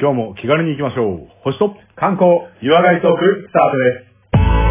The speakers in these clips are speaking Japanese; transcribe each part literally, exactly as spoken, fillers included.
今日も気軽に行きましょう。星と観光、湯上がりトーク、スタートです。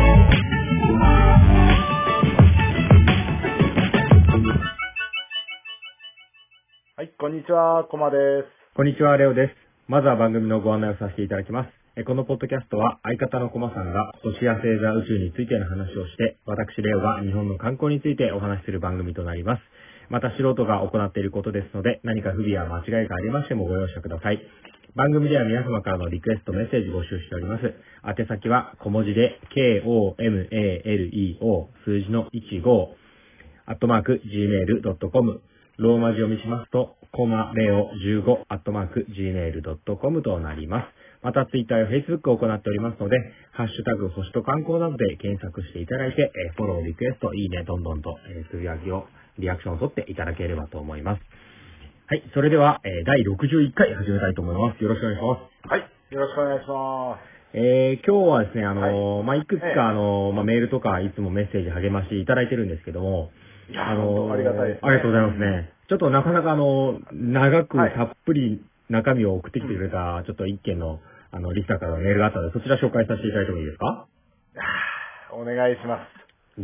はい、こんにちは、コマです。 こんにちは、レオです。まずは番組のご案内をさせていただきます。このポッドキャストは相方のコマさんが星や星座宇宙についての話をして、私レオが日本の観光についてお話しする番組となります。また素人が行っていることですので、何か不備や間違いがありましてもご容赦ください。番組では皆様からのリクエストメッセージ募集しております。宛先は小文字で ケーオーエムエーエルイーオー 数字のじゅうごアットマーク ジーメールドットコム、 ローマ字読みしますとコマレオじゅうごアットマーク ジーメールドットコム となります。またツイッターやフェイスブックを行っておりますので、ハッシュタグ星と観光などで検索していただいて、フォロー、リクエスト、いいね、どんどんとつぶやきをリアクションを取っていただければと思います。はい、それでは、えー、だいろくじゅういっかい始めたいと思います。よろしくお願いします。 はい、よろしくお願いします。 えー、今日はですね、あのー、はい、まあ、いくつか、 えー、 あのー、まあ、メールとかいつもメッセージ励ましていただいてるんですけども、 いや、 あのー、 ありがたいですね。 ありがとうございますね。ちょっとなかなかあのー、長くたっぷり中身を送ってきてくれた、はい、ちょっと一件の、あの、リスターからのメールがあったので、そちら紹介させていただいてもいいですか？ お願いします。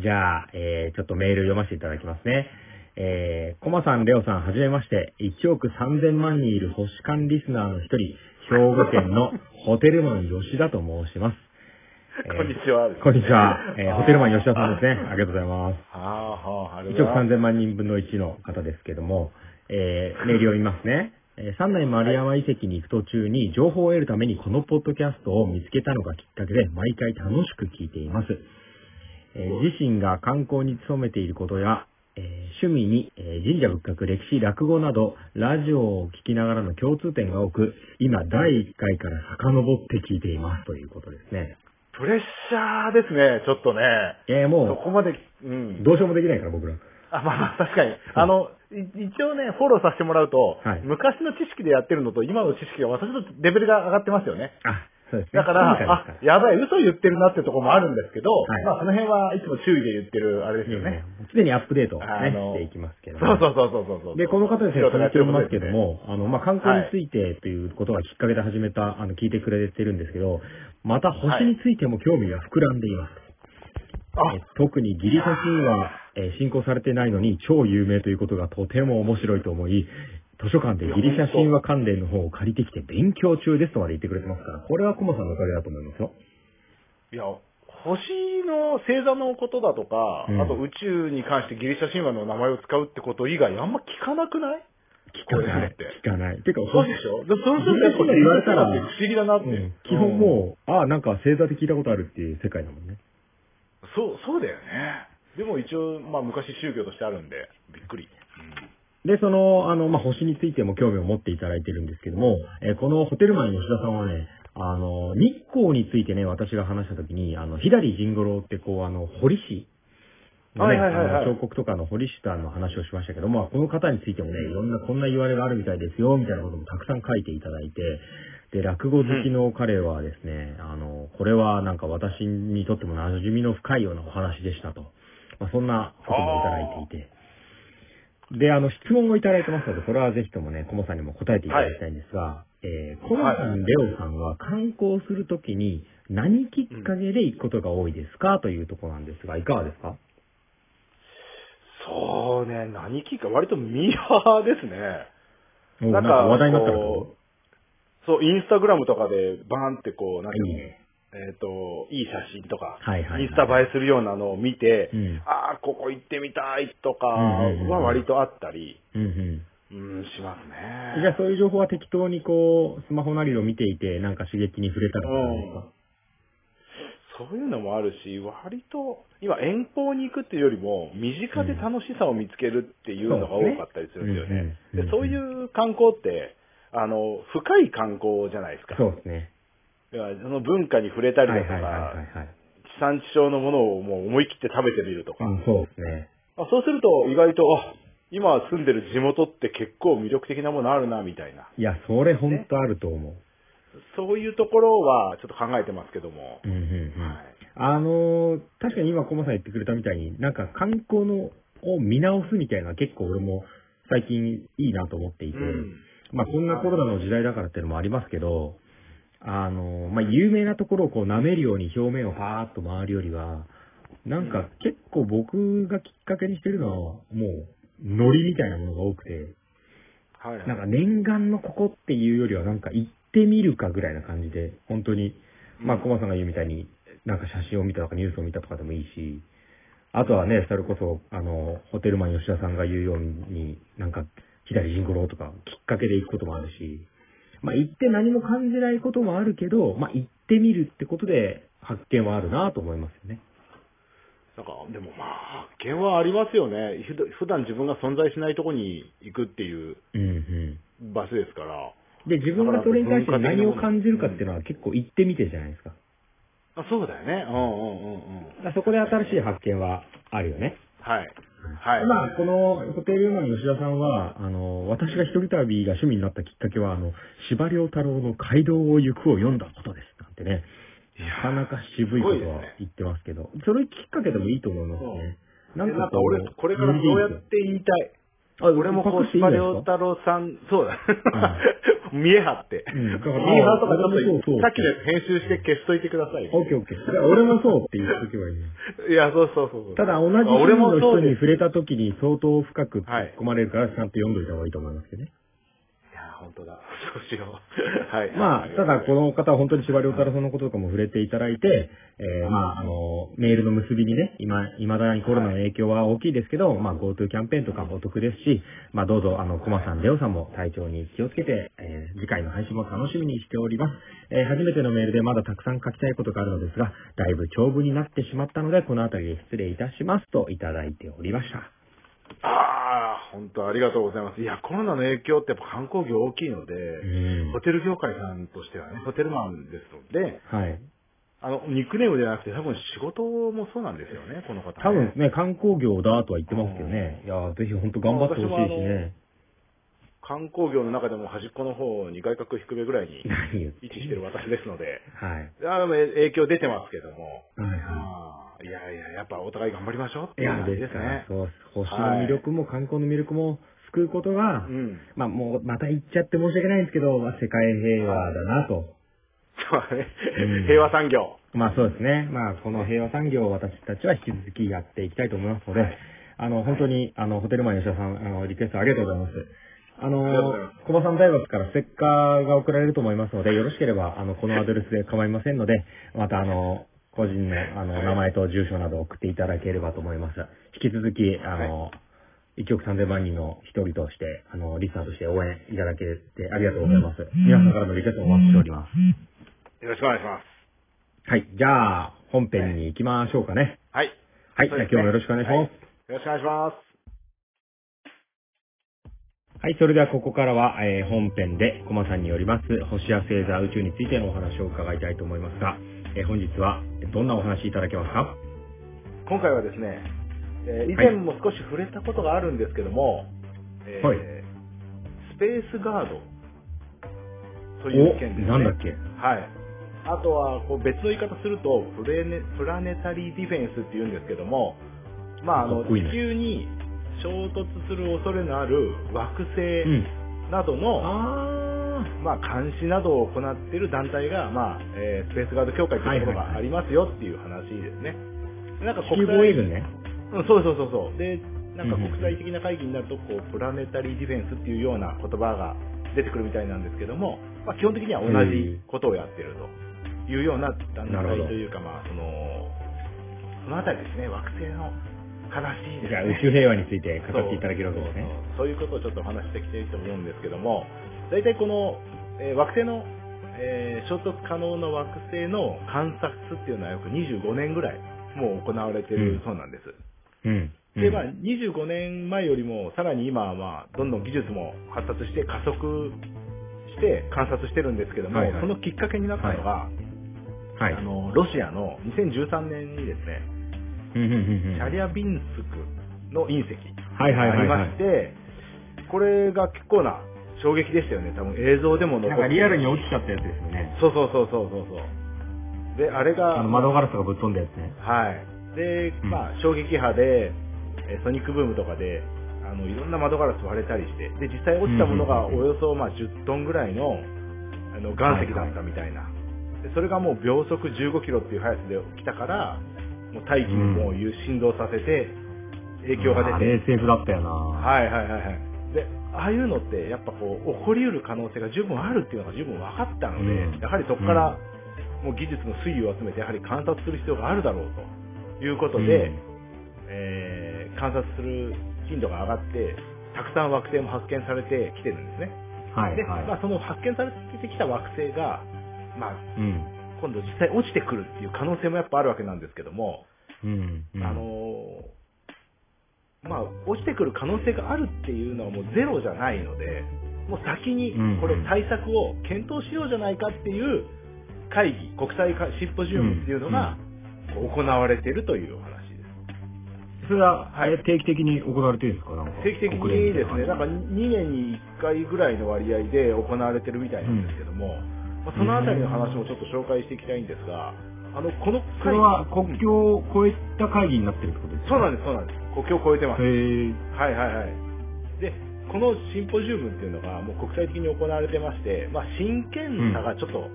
じゃあ、えー、ちょっとメール読ませていただきますね。えー、コマさん、レオさん、はじめまして。いちおくさんぜんまんにんいる星間リスナーの一人、兵庫県のホテルマン吉田と申します。 えー、こんにちは。 こんにちは。えー、ホテルマン吉田さんですね。ありがとうございます。 ああ、 いちおくさんぜんまんにんぶんのいちの方ですけども、えー、メール読みますね。えー、三内丸山遺跡に行く途中に情報を得るためにこのポッドキャストを見つけたのがきっかけで、毎回楽しく聞いています。えー、自身が観光に勤めていることや、えー、趣味に、えー、神社仏閣、歴史、落語など、ラジオを聞きながらの共通点が多く、今だいいっかいから遡って聞いていますということですね。 プレッシャーですね、ちょっとね。 えー、もう、 そこまで、うん。 どうしようもできないから、僕ら。 あ、まあまあ、確かに。あの、一応ね、フォローさせてもらうと、はい、昔の知識でやってるのと今の知識が私のレベルが上がってますよね。 あ、そうですね。 だから、あ、やばい、嘘言ってるなってところもあるんですけど、はい、まあその辺はいつも注意で言ってるあれですよね。 常にアップデート、ね、していきますけど、ね。 そうそうそうそうそう。 で、この方ですね、続けますけども、あの、まあ、観光についてということがきっかけで始めた、あの、聞いてくれてるんですけど、また星についても興味が膨らんでいます。はい、特にギリシャ神話、えー、信仰されてないのに超有名ということがとても面白いと思い、図書館でギリシャ神話関連の本を借りてきて勉強中ですとまで言ってくれてますから、これはコマさんのおかげだと思いますよ。 いや、星の星座のことだとか、うん、あと宇宙に関してギリシャ神話の名前を使うってこと以外あんま聞かなくない？ 聞かない。聞かない。てか、 そうでしょ？そうすると言われたら不思議だなって。うん、 基本もう、ああ、なんか星座で聞いたことあるっていう世界だもんね。 そう、そうだよね。でも一応、まあ昔宗教としてあるんで、びっくり。 うん、で、その、あの、まあ、星についても興味を持っていただいてるんですけども、えー、このホテルマン吉田さんはね、あの、日光についてね、私が話したときに、あの、左陣五郎ってこう、あの、彫師のね、彫刻とかの彫り師さんの話をしましたけども、この方についてもね、いろんなこんな言われがあるみたいですよ、みたいなこともたくさん書いていただいて、で、落語好きの彼はですね、うん、あの、これはなんか私にとっても馴染みの深いようなお話でしたと。まあ、そんなこともいただいていて。で、あの、質問をいただいてますので、これはぜひともね、コモさんにも答えていただきたいんですが、はい、えー、コモさん、レオさんは観光するときに何きっかけで行くことが多いですか、うん、というところなんですが、いかがですか？ そうね、何きっかけ、割とミーハーですね。 なんか話題になったらこうそう、インスタグラムとかでバーンってこう、なんていうの、いいね、えっと、いい写真とか、はいはいはい、インスタ映えするようなのを見て、うん、ああ、ここ行ってみたいとかは割とあったり、うん、うん、しますね。 じゃあそういう情報は適当にこう、スマホなりを見ていて、なんか刺激に触れたらとかですか？ うん、そういうのもあるし、割と、今遠方に行くっていうよりも、身近で楽しさを見つけるっていうのが多かったりするんですよね。で、そういう観光って、あの、深い観光じゃないですか。 そうですね。 その文化に触れたりだとか、地産地消のものをもう思い切って食べてみるとか。 うん、そうですね。 そうすると意外と、あ、今住んでる地元って結構魅力的なものあるな、みたいな。 いや、それ本当あると思う、ね。 そういうところはちょっと考えてますけども。 うんうんうん。はい、あのー、確かに今コマさん言ってくれたみたいに、なんか観光のを見直すみたいな結構俺も最近いいなと思っていて、うん、 まあこんなコロナの時代だからっていうのもありますけど、あの、まあ有名なところをこう舐めるように表面をパーッと回るよりは、なんか結構僕がきっかけにしてるのは、もう、ノリみたいなものが多くて、はい、なんか念願のここっていうよりはなんか行ってみるかぐらいな感じで、本当に、まあコマさんが言うみたいに、なんか写真を見たとかニュースを見たとかでもいいし、あとはね、それこそ、あの、ホテルマン吉田さんが言うように、なんか、左陣五郎とかきっかけで行くこともあるし、まあ行って何も感じないこともあるけど、まあ行ってみるってことで発見はあるなと思いますよね。 なんか、でもまあ、発見はありますよね。普段自分が存在しないとこに行くっていう場所ですから。 で、自分がそれに対して何を感じるかっていうのは結構行ってみてじゃないですか。 あ、そうだよね。うんうんうんうん。 そこで新しい発見はあるよね。 はい。はい。 まあ、このホテルマン吉田さんは、あの、私が一人旅が趣味になったきっかけは、あの、司馬遼太郎の街道を行くを読んだことです。なんてね。なかなか渋いことは言ってますけど、それきっかけでもいいと思いますね。 なんか俺、これからそうやって言いたい。俺もこう、司馬遼太郎さん、そうだ。見え張って。うん。だから、見え張とかちょっと、さっきの編集して消しといてください。 オッケーオッケー。俺もそうって言っとけばいいね。 いや、そうそうそう。 ただ、同じ趣味の人に触れた時に相当深く突っ込まれるから、ちゃんと読んどいた方がいいと思いますけどね。 本当だ。そうしよう。はい。 まあ、ただこの方は本当に司馬遼太郎さんのこととかも触れていただいて、えー、まあ、あの、メールの結びにね、今、未だにコロナの影響は大きいですけど、まあ、GoTo キャンペーンとかもお得ですし、まあ、どうぞ、あの、コマさん、レオさんも体調に気をつけて、えー、次回の配信も楽しみにしております。えー、初めてのメールでまだたくさん書きたいことがあるのですが、だいぶ長文になってしまったので、このあたりで失礼いたしますといただいておりました。 ああ、本当ありがとうございます。いや、コロナの影響ってやっぱ観光業大きいので、うん、ホテル業界さんとしてはね、ホテルマンですので、はい。あの、ニックネームではなくて多分仕事もそうなんですよね、この方、ね。 多分ね、観光業だとは言ってますけどね。うん、いや、ぜひ本当頑張ってほしいしね。 観光業の中でも端っこの方に外角低めぐらいに位置してる私ですので、はい。あの影響出てますけども、はいはい。いやいや、やっぱお互い頑張りましょうっていう感じですね。 そう、星の魅力も観光の魅力も救うことが、うん、まあもうまた言っちゃって申し訳ないんですけど、まあ、世界平和だなと。 そうね、うん。平和産業。 まあそうですね。まあこの平和産業を私たちは引き続きやっていきたいと思いますので、はい、あの、本当に、あの、ホテルマン吉田さん、あの、リクエストありがとうございます。あの、小葉さん大学からステッカーが送られると思いますので、よろしければ、あの、このアドレスで構いませんので、またあの、個人の、あの、名前と住所などを送っていただければと思います。引き続き、あの、いちおくさんぜんまん人の一人として、あの、リスナーとして応援いただけてありがとうございます。皆さんからのリクエストをお待ちしております。 よろしくお願いします。 はい。じゃあ、本編に行きましょうかね。 はい。 はい。じゃあ今日もよろしくお願いします。はい、よろしくお願いします。 はい。それではここからは、えー、本編でコマさんによります、星や星座宇宙についてのお話を伺いたいと思いますが、えー、本日はどんなお話いただけますか？ 今回はですね、えー、以前も少し触れたことがあるんですけども、えーはい、スペースガードという件ですね。 なんだっけ？ はい。あとはこう別の言い方するとプレネ、プラネタリーディフェンスって言うんですけども、まああの、地球に衝突する恐れのある惑星などの、うん、まあ監視などを行っている団体が、まあえー、スペースガード協会というところがありますよっていう話ですね。 なんか国際防衛軍ね。 うん、そうそうそうそう。で、なんか国際的な会議になるとこうプラネタリーディフェンスっていうような言葉が出てくるみたいなんですけども、まあ、基本的には同じことをやっているというような団体というか、まあそのそのあたりですね、惑星の悲しいですね。 じゃあ宇宙平和について語っていただけるわけですね。 そう、そういうことをちょっとお話していきたいと思うんですけども、大体この、えー、惑星の、えー、衝突可能な惑星の観察っていうのはよくにじゅうごねんぐらいもう行われているそうなんです。うん。うん、で、まあにじゅうごねんまえよりもさらに今はまあどんどん技術も発達して加速して観察してるんですけども、はいはい、そのきっかけになったのが、はい、あのロシアのにせんじゅうさんねんにですね、チャリャビンスクの隕石がありまして、これが結構な衝撃でしたよね。多分映像でも残って、 なんかリアルに落ちちゃったやつですよね。 そうそうそうそうそうそう。で、あれがあの窓ガラスがぶっ飛んだやつね。 はい。で、まあ衝撃波でソニックブームとかであのいろんな窓ガラス割れたりして、で実際落ちたものがおよそまあじゅっトンぐらいのあの岩石だったみたいな、はいはい、でそれがもう秒速じゅうごキロっていう速さで来たから、もう大気にもう振動させて影響が出て、 冷静だったよな。 はいはいはいはい。でああいうのってやっぱこう起こりうる可能性が十分あるっていうのが十分分かったので、うん、やはりそこからもう技術の推移を集めてやはり観察する必要があるだろうということで、うん、えー、観察する頻度が上がってたくさん惑星も発見されてきてるんですね。はい、で、はい、まあ、その発見されてきた惑星が、まあ、うん、今度実際落ちてくるっていう可能性もやっぱあるわけなんですけども、うんうん、あのー、まあ、落ちてくる可能性があるっていうのはもうゼロじゃないので、もう先にこれ対策を検討しようじゃないかっていう会議、国際シンポジウムっていうのが行われているというお話。 それは、はい、定期的に行われてるんですか？なんか定期的にですね、なんかにねんにいっかいぐらいの割合で行われてるみたいなんですけども、うんまあ、そのあたりの話もちょっと紹介していきたいんですが、あのこの会議、それは国境を越えた会議になってるってことですか？ そうなんです、そうなんです。国境を越えてます。へー。はいはいはい。で、このシンポジウムっていうのがもう国際的に行われてまして、まあ、真剣さがちょっと、うん、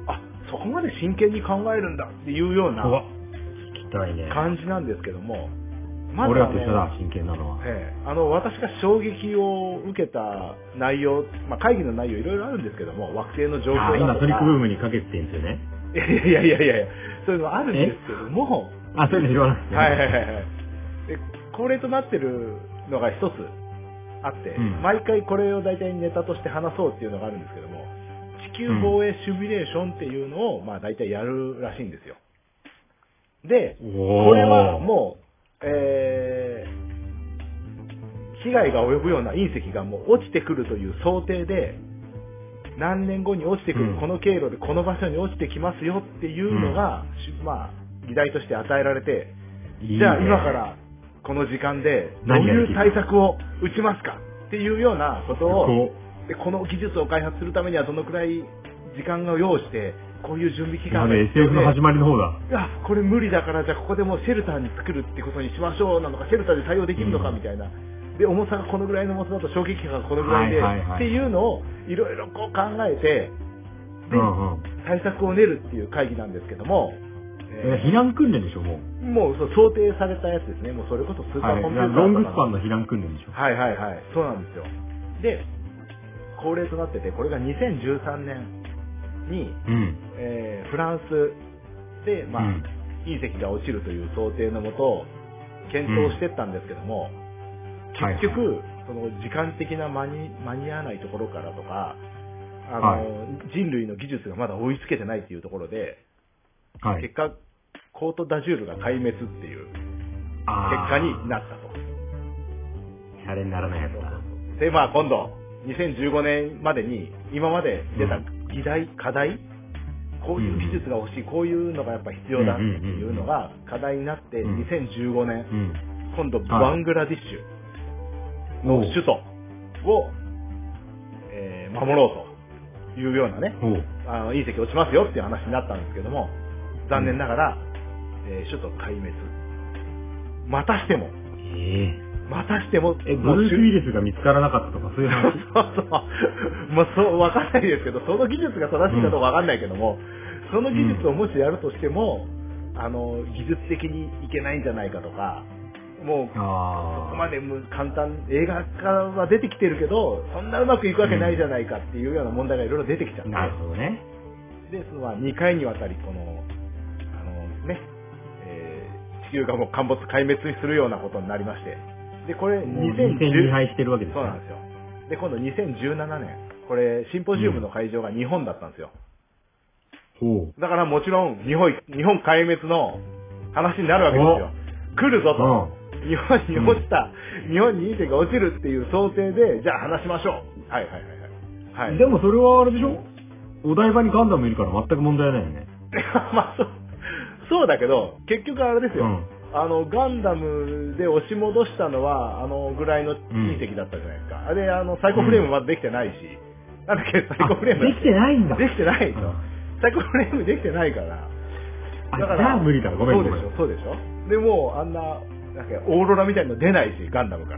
あ、そこまで真剣に考えるんだっていうような感じなんですけども、 まず俺らと一緒だ、真剣なのは。 ええ、あの、私が衝撃を受けた内容、まあ、会議の内容いろいろあるんですけども、惑星の状況だとか。 今トリックブームにかけてるんですよね。 いやいやいやいやいや、そういうのあるんですけども。 あ、そういうの言わなくて。 はいはいはいはい。で、恒例となってるのが一つあって、うん、毎回これを大体ネタとして話そうっていうのがあるんですけども、地球防衛シミュレーションっていうのを、まあ大体やるらしいんですよ。で、これはもう、えー、被害が及ぶような隕石がもう落ちてくるという想定で、何年後に落ちてくる、うん、この経路でこの場所に落ちてきますよっていうのが、うん、まあ、議題として与えられて、いいね、じゃあ今からこの時間でどういう対策を打ちますかっていうようなことを、でこの技術を開発するためにはどのくらい時間を要して、こういう準備期間が必要で、エスエフ の始まりの方だ。 いや、これ無理だから、じゃあここでもうシェルターに作るってことにしましょうなのか、シェルターで対応できるのかみたいな。うん、で、重さがこのぐらいの重さだと衝撃波がこのぐらいで、はいはいはい、っていうのをいろいろこう考えて、で、うんうん、対策を練るっていう会議なんですけども、 えー、避難訓練でしょ、もう。 もうそう想定されたやつですね。もうそれこそスーパーコンピューター、はい、 ロングスパンの避難訓練でしょ。 はいはいはい。そうなんですよ。で、恒例となってて、これがにせんじゅうさんねんに、うんえー、フランスで、まあうん、隕石が落ちるという想定のもと検討してったんですけども、うん、結局、はいはい、その時間的な間に間に合わないところからとか、あの、はい、人類の技術がまだ追いつけてないっていうところで、はい、結果コートダジュールが壊滅っていう結果になったと。 シャレにならないやつだ。 で、まあ今度にせんじゅうごねんまでに今まで出た、うん議題、課題、こういう技術が欲しい、こういうのがやっぱ必要だっていうのが課題になって、にせんじゅうごねん、うん、今度バングラディッシュの首都を、えー、守ろうというようなね、あの隕石落ちますよっていう話になったんですけども、残念ながら、えー、首都壊滅。またしても、えーまたしても、 え、ブルース・ウィリスが見つからなかったとか、そういう話そうそう。まあ、そう、わかんないですけど、その技術が正しいかどうかわかんないけども、うん、その技術をもしやるとしても、うん、あの、技術的にいけないんじゃないかとか、もう、そこまで簡単、映画化は出てきてるけど、そんなうまくいくわけないじゃないかっていうような問題がいろいろ出てきちゃって。 なるほどね。 で、そのにかいにわたり、この、あの、ね、えー、地球がもう陥没壊滅するようなことになりまして、で、これ、にせんじゅう、 に敗してるわけですね。 そうなんですよ。で、今度にせんじゅうななねん、これ、シンポジウムの会場が日本だったんですよ。ほう。だからもちろん、日本、日本壊滅の話になるわけですよ。来るぞと。日本に落ちた、うん、日本に隕石が落ちるっていう想定で、じゃあ話しましょう。はいはいはいはい。はい、 でもそれはあれでしょ？お台場にガンダムいるから全く問題ないよね。 まあそう、そうだけど、結局あれですよ。うんあの、ガンダムで押し戻したのは、あのぐらいの隕石だったじゃないですか。うん、あれ、あの、サイコフレームまだできてないし。うん、なんだっけ、サイコフレーム。 できてないんだ。 できてないでしょ。サイコフレームできてないから。 だから、じゃあ無理だ。ごめんごめん。 そうでしょ、そうでしょ。でも、あんな、なんか、オーロラみたいなの出ないし、ガンダムから。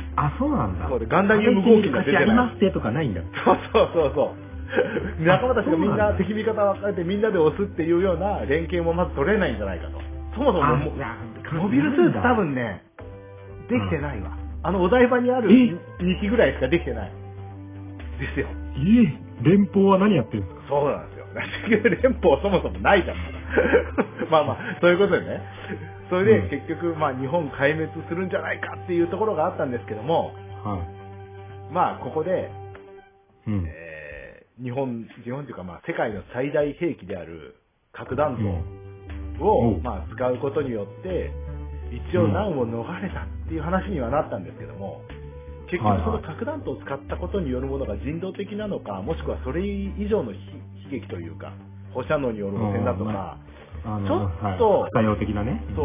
あ、そうなんだ。 そうで、ガンダム無号機が出てない。 ありますってとかないんだ。 そうそうそうそう。仲間たちがみんな敵味方分かれてみんなで押すっていうような連携もまず取れないんじゃないかと。そもそももモビルスーツ多分ね、できてないわ。あのお台場にあるにきぐらいしかできてない。ですよ。 ええ、連邦は何やってるんですか？ そうなんですよ。連邦そもそもないじゃん。まあまあ、そういうことでね。それで、うん、結局、まあ日本壊滅するんじゃないかっていうところがあったんですけども、はい、まあここで、うん、えー、日本、日本というかまあ世界の最大兵器である核弾頭を、うん、まあ使うことによって、一応難を逃れたっていう話にはなったんですけども、結局その核弾頭を使ったことによるものが人道的なのか、もしくはそれ以上の悲劇というか、放射能による汚染だとか、 あのちょっと、多様的なね。 そう、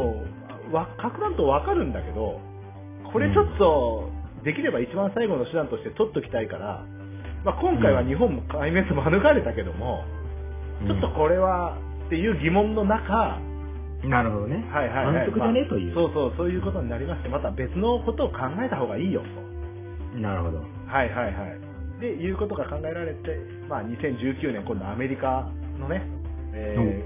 わ核弾頭わかるんだけど、これちょっと、できれば一番最後の手段として取っときたいから、まあ、今回は日本も壊滅免れたけども、うん、ちょっとこれはっていう疑問の中、 なるほどね。 はいはいはい。 反則だねという、 まあ。そうそう、そういうことになりまして、また別のことを考えた方がいいよと。なるほど。 はいはいはい。で、いうことが考えられて、まあにせんじゅうきゅうねん、今度アメリカのね、えー、うん、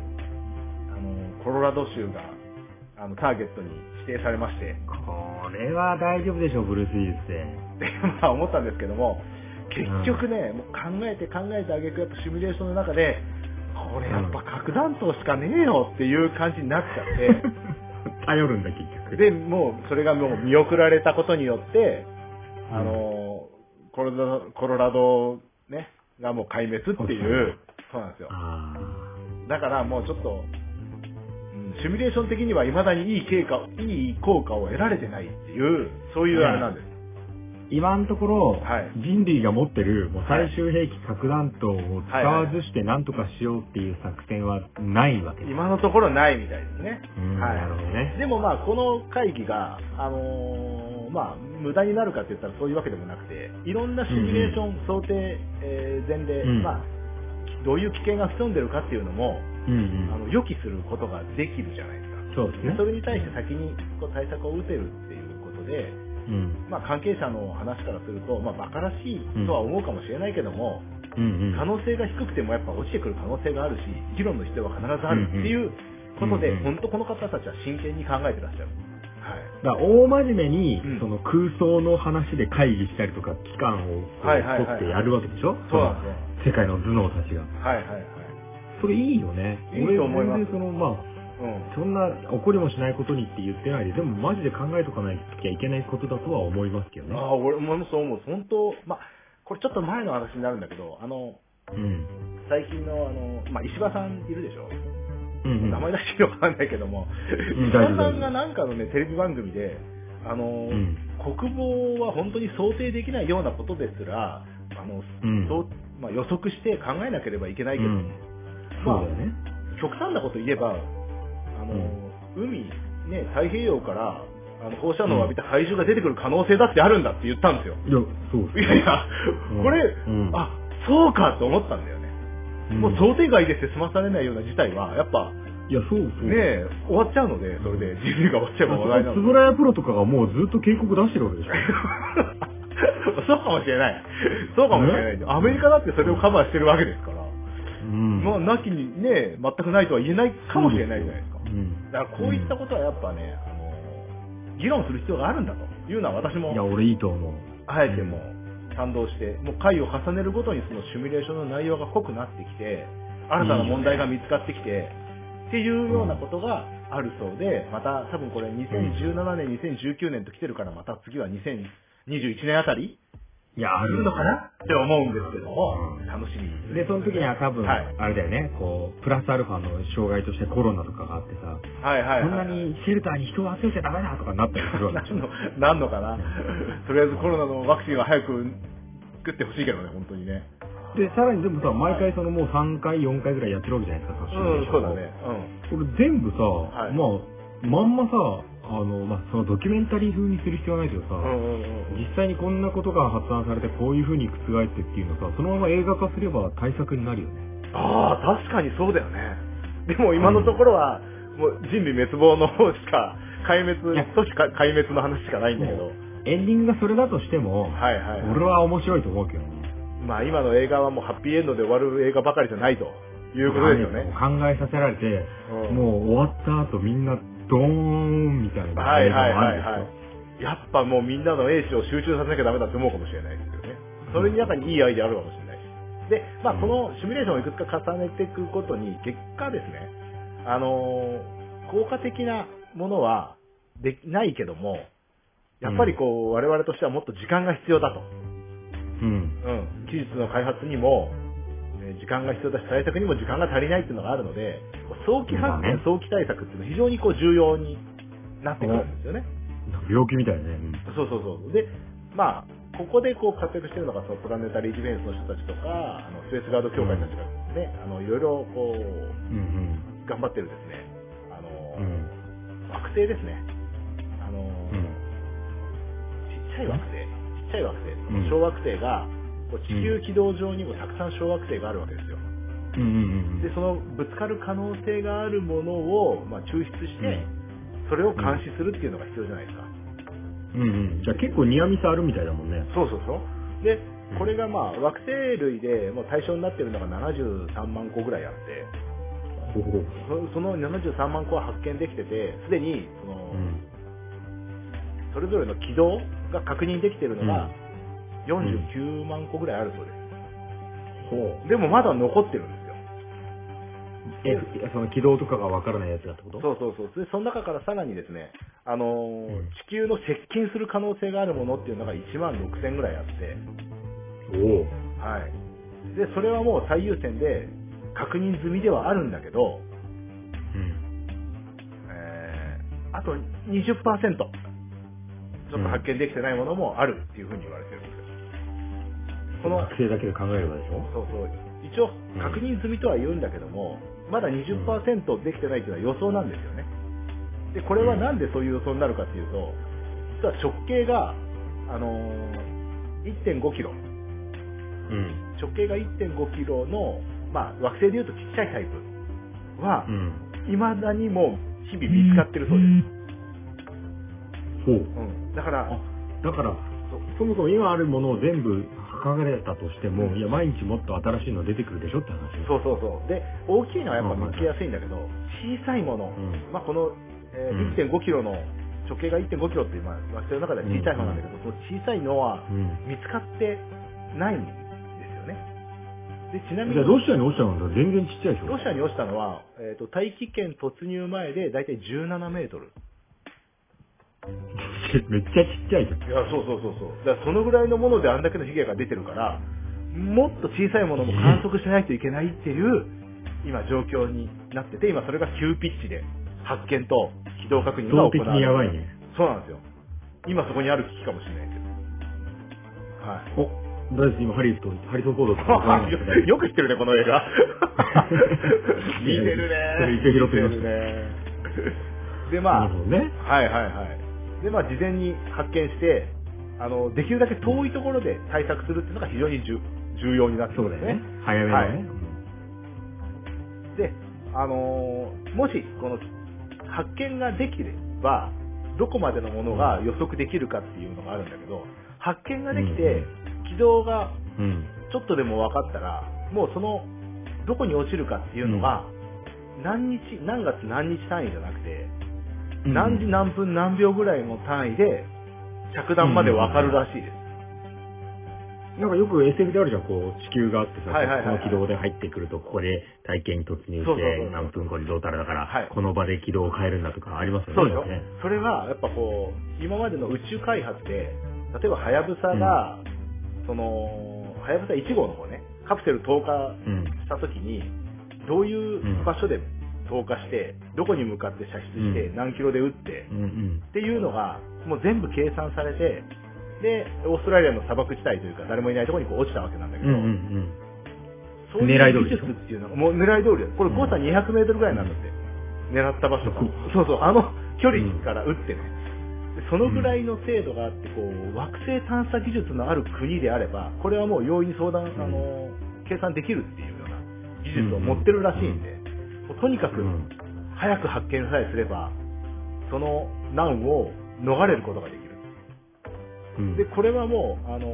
あの、コロラド州が、あの、ターゲットに指定されまして。 これは大丈夫でしょう、ブルース・ウィリスで。 で、まあ思ったんですけども、結局ね、うん、もう考えて考えてあげく、やっぱシミュレーションの中で、これやっぱ核弾頭しかねえよっていう感じになっちゃって。 頼るんだ結局。 で、もうそれがもう見送られたことによって、うん、あの、コロラド、コロラドね、がもう壊滅っていう、そうなんですよ。だからもうちょっと、うん、シミュレーション的には未だにいい経過、いい効果を得られてないっていう、そういうあれなんです。 今のところ、はい、人類が持ってるもう最終兵器核弾頭を使わずして何とかしようっていう作戦はないわけです。 今のところないみたいですね。 はい、なるほどね。 でもまあこの会議が、あのー、まあ無駄になるかって言ったらそういうわけでもなくて、いろんなシミュレーション、うんうん、想定、えー、前例、うん、まあどういう危険が潜んでるかっていうのも、うんうん、あの予期することができるじゃないですか。 そうですね。 それに対して先にこう対策を打てるっていうことで。うん、まあ関係者の話からすると、まあ馬鹿らしいとは思うかもしれないけども、うんうん、可能性が低くてもやっぱ落ちてくる可能性があるし、議論の必要は必ずあるっていうことで、うんうん、本当この方たちは真剣に考えてらっしゃる。 はい。だから大真面目に、その空想の話で会議したりとか、期間を取ってやるわけでしょ？ そうなんですね。世界の頭脳たちが。 はいはいはい。 それいいよね。 いいと思います。 俺全然その、まあ、うん、そんな怒りもしないことにって言ってないで、でもマジで考えとかないときゃいけないことだとは思いますけどね。 ああ、俺もそう思う。本当、まあ、これちょっと前の話になるんだけど、あの、うん、最近のあの、まあ、石破さんいるでしょ。うんうん、名前出していいのかわかんないけども、うん、石破さんがなんかのね、テレビ番組で、あの、うん、国防は本当に想定できないようなことですら、あの、うん、そうまあ、予測して考えなければいけないけど、うん、まあ、そうだよね。極端なこと言えば、あの、うん、海、ね、太平洋から、あの、放射能を浴びた怪獣が出てくる可能性だってあるんだって言ったんですよ。 いや、そうですね。 いやいや、うん、これ、うん、あ、そうかと思ったんだよね。うん、もう想定外ですって済まされないような事態は、やっぱ、 いや、そうそう。 ね終わっちゃうので、それで人類が終わっちゃえば話題なので。 つぶらやプロとかがもうずっと警告出してるわけでしょ。 そうかもしれない。そうかもしれない。アメリカだってそれをカバーしてるわけですから。うん、まあ、なきにね、全くないとは言えないかもしれないじゃないですか。うん、だからこういったことはやっぱね、あの、議論する必要があるんだというのは私も、 いや、俺いいと思う。 あえても賛同して、もう回を重ねるごとにそのシミュレーションの内容が濃くなってきて、新たな問題が見つかってきて、っていうようなことがあるそうで、また多分これにせんじゅうななねん、にせんじゅうきゅうねんと来てるから、また次はにせんにじゅういちねんあたりいや、あるのかなって思うんですけども、うん、楽しみに。 で、その時には多分、はい、あれだよね、こう、プラスアルファの障害としてコロナとかがあってさ、 はいはいはい、 こんなにシェルターに人を集めちゃダメだとかなったりするわけでしょ。 なんのかなとりあえずコロナのワクチンは早く作ってほしいけどね、本当にね。 で、さらにでもさ、毎回そのもうさんかい、よんかいぐらいやってるわけじゃないですか、 うん、そうだね。 うん。これ全部さ、はい、まあ、まんまさ、あの、まあ、そのドキュメンタリー風にする必要はないけどさ、うんうんうん、実際にこんなことが発案されてこういう風に覆ってっていうのさ、そのまま映画化すれば対策になるよね。 ああ、確かにそうだよね。でも今のところは、うん、もう人類滅亡の方しか、壊滅、都市壊滅の話しかないんだけど。 エンディングがそれだとしても、はいはいはい、俺は面白いと思うけどね。 まあ今の映画はもうハッピーエンドで終わる映画ばかりじゃないということですよね。 考えさせられて、うん、もう終わった後みんなドーンみたいな映画もあるんですよ。はいはいはいはい。 やっぱもうみんなの英知を集中させなきゃダメだって思うかもしれないですけどね。それの中にいいアイデアあるかもしれないし。で、まあこのシミュレーションをいくつか重ねていくことに結果ですね、あのー、効果的なものはできないけども、やっぱりこう、我々としてはもっと時間が必要だと。うん。うん。技術の開発にも、時間が必要だし、対策にも時間が足りないっていうのがあるので、早期発見、早期対策っていうのは非常にこう重要になってくるんですよね。 病気みたいね。 そうそうそう。で、まあ、ここでこう活躍してるのが、そのプラネタリーディフェンスの人たちとか、あのスペースガード協会たちがね、うん、あの、いろいろこう、うんうん、頑張ってるですね、あの、うん、惑星ですね。あの、うんちっちゃい惑星、ちっちゃい惑星、小惑星が、地球軌道上にもたくさん小惑星があるわけですよ。うんうんうん、で、そのぶつかる可能性があるものを、まあ、抽出して、それを監視するっていうのが必要じゃないですか。 うんうん。じゃあ結構ニアミスあるみたいだもんね。 そうそうそう。で、これがまあ、惑星類でもう対象になっているのがななじゅうさんまんこぐらいあって、そのななじゅうさんまんこは発見できてて、すでにその、うん、それぞれの軌道が確認できているのがよんじゅうきゅうまんこぐらいあるそうです。うん、でもまだ残ってるんですよ。 え、その軌道とかがわからないやつだってこと？ そうそうそう。で、その中からさらにですね、あのーうん、地球の接近する可能性があるものっていうのがいちまんろくせんぐらいあって、おはい。で、それはもう最優先で確認済みではあるんだけど、うんえー、あと にじゅっパーセント。ちょっと発見できてないものもあるっていうふうに言われてるんですよ。 この惑星だけで考えればでしょ？ そうそう。一応確認済みとは言うんだけども、うん、まだ にじゅっパーセント できてないっていうのは予想なんですよね。で、これはなんでそういう予想になるかっていうと、実は直径が、あのー、いってんごキロ、うん。直径が いってんごキロの、まあ、惑星でいうとちっちゃいタイプは、うん、未だにも日々見つかってるそうです。 ほう。うん。だから、だから、そもそも今あるものを全部測られたとしても、いや、毎日もっと新しいの出てくるでしょって話。 そうそうそう。で、大きいのはやっぱ見つけやすいんだけど、小さいもの、うん、まあこの、えー、いってんごキロの、直径が いってんごキロっていう、まあ、惑星の中では小さい方なんだけど、うん、その小さいのは見つかってないんですよね。で、ちなみに。 じゃあロシアに落ちたのは全然ちっちゃいでしょ？ ロシアに落ちたのは、えっと、大気圏突入前でだいたいじゅうななメートル。 めっちゃちっちゃいじゃん。 いや、そうそうそうそう。だからそのぐらいのものであんだけの被害が出てるから、もっと小さいものも観測しないといけないっていう、今状況になってて、今それが急ピッチで発見と軌道確認が行われる。 動的にやばいね。 そうなんですよ。今そこにある危機かもしれないですけど。はい。 お、大丈夫今ハリーと、ハリソンコードとかよく知ってるね、この映画。見てるね。 一応拾ってみました。 で、まあ、ね、はいはいはい。で、まあ、事前に発見して、あの、できるだけ遠いところで対策するっていうのが非常に重要になってくるんですね。 そうだよね。早めのね。はい、 で、あのー、もし、この、発見ができれば、どこまでのものが予測できるかっていうのがあるんだけど、発見ができて、軌道がちょっとでも分かったら、もうその、どこに落ちるかっていうのが、何日、何月何日単位じゃなくて、何時何分何秒ぐらいの単位で着弾まで分かるらしいです。 なんかよく エスエフ であるじゃん、こう地球があってさ、この軌道で入ってくるとここで体験に突入して何分後にどうたらだから、はい、この場で軌道を変えるんだとかありますよね。 そうでしょ。それはやっぱこう今までの宇宙開発で、例えばはやぶさが、うん、そのはやぶさいち号の方ね、カプセル投下した時に、うん、どういう場所で投下してどこに向かって射出して、うん、何キロで撃って、うんうん、っていうのがもう全部計算されて、でオーストラリアの砂漠地帯というか誰もいないところにこう落ちたわけなんだけど、うんうんうん、そういう技術っていうのがもう狙い通りです。これ誤差にひゃくメートルぐらいなんだって、うん、狙った場所が、そうそう、あの距離から撃ってね、でそのぐらいの精度があって、こう惑星探査技術のある国であればこれはもう容易に相談、あの計算できるっていうような技術を持ってるらしいんで、とにかく早く発見さえすればその難を逃れることができる。 うん、 で、これはもう、あの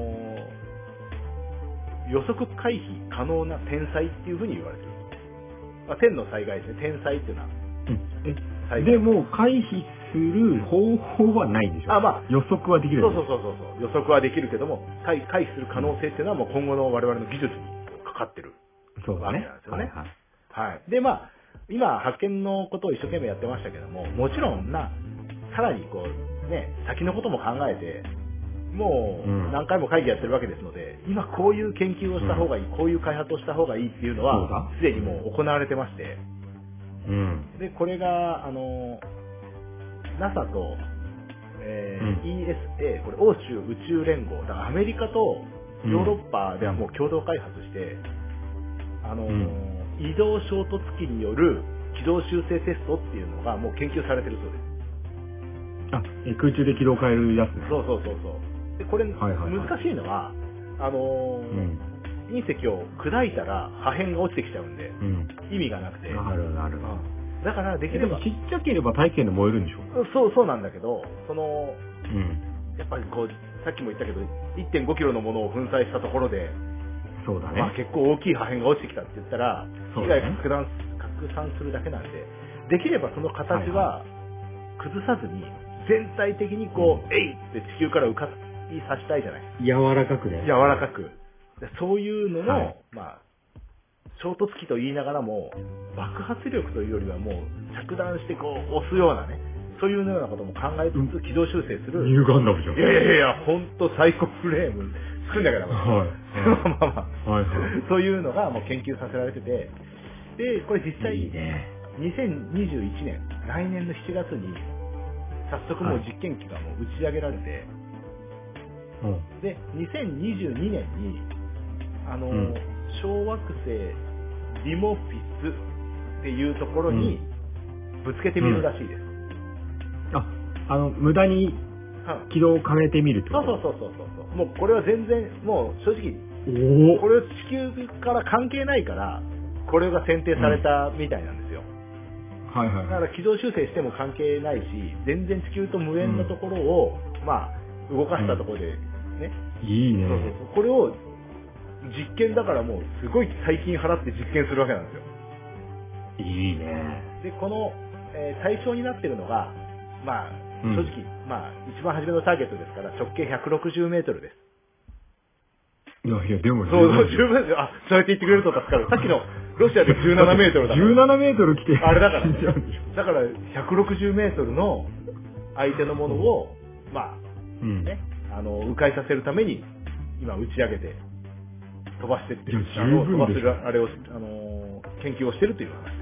ー、予測回避可能な天災っていうふうに言われてる。まあ、天の災害ですね。天災っていうのは。 うん、でも、回避する方法はないんでしょ？ あ、まあ、 予測はできる。 そうそうそうそう。予測はできるけども、回避する可能性っていうのはもう今後の我々の技術にかかってるわけなんですよね。はい、はいはい。で、まあ、今、発見のことを一生懸命やってましたけども、もちろんな、さらにこう、ね、先のことも考えて、もう何回も会議やってるわけですので、今こういう研究をした方がいい、うん、こういう開発をした方がいいっていうのは、すでにもう行われてまして、 うん、 で、これが、あの、ナサ と、えーうん、イーエスエー、これ欧州宇宙連合、だからアメリカとヨーロッパではもう共同開発して、うん、あの、うん、移動衝突機による軌道修正テストっていうのがもう研究されてるそうです。 あ、空中で軌道を変えるやつね。 そうそうそうそう。で、これ、はいはいはい、難しいのは、あのーうん、隕石を砕いたら破片が落ちてきちゃうんで、うん、意味がなくて。 なるなる。 だからできれば。 ちっちゃければ大気圏で燃えるんでしょ？ そう、そうなんだけど、その、 うん、 やっぱりこう、さっきも言ったけど、いってんごキロのものを粉砕したところで、 そうだね。 まあ結構大きい破片が落ちてきたって言ったら、被害が拡散、拡散するだけなんで、できればその形は崩さずに、全体的にこう、うん、えいって地球から浮かびさせたいじゃない。 柔らかくね。 柔らかく。そういうのの、はい、まあ、衝突機と言いながらも、爆発力というよりはもう、着弾してこう、押すようなね、そういうようなことも考えつつ、軌道修正する。 ニューガンダムじゃん。 いやいやいや、ほんとサイコフレーム作るんだから、 はい。 まあまあ、はいはい、そういうのがもう研究させられてて、で、これ実際、 いいね、 にせんにじゅういちねん、来年のしちがつに、早速もう実験機がもう打ち上げられて、 はい、 で、にせんにじゅうにねんに、あの、うん、小惑星ディモフィスっていうところにぶつけてみるらしいです。 うん、あ、あの、無駄に軌道を変えてみるってこと？ そうそうそうそうそう。もうこれは全然、もう正直、 おこれは地球から関係ないから、これが選定されたみたいなんですよ。 うん、はいはい。 だから軌道修正しても関係ないし、全然地球と無縁のところを、うん、まあ、動かしたところでね。 うん、いいね。 そうそうそう。これを実験だからもうすごい大金払って実験するわけなんですよ。 いいね。 で、この、えー、対象になっているのが、まあ、正直、うん、まあ、一番初めのターゲットですから、直径ひゃくろくじゅうメートルです。 いやいや、でも十分十分ですよ。あ、そうやって言ってくれると助かる。さっきのロシアでじゅうななメートルだから。 じゅうななメートル来て。 あれだから、ね、だからひゃくろくじゅうメートルの相手のものを、うん、まあ、うん、ね、あの、迂回させるために、今打ち上げて、飛ばしてってる。あの、飛ばせる、あれを、あの、研究をしてるという話です。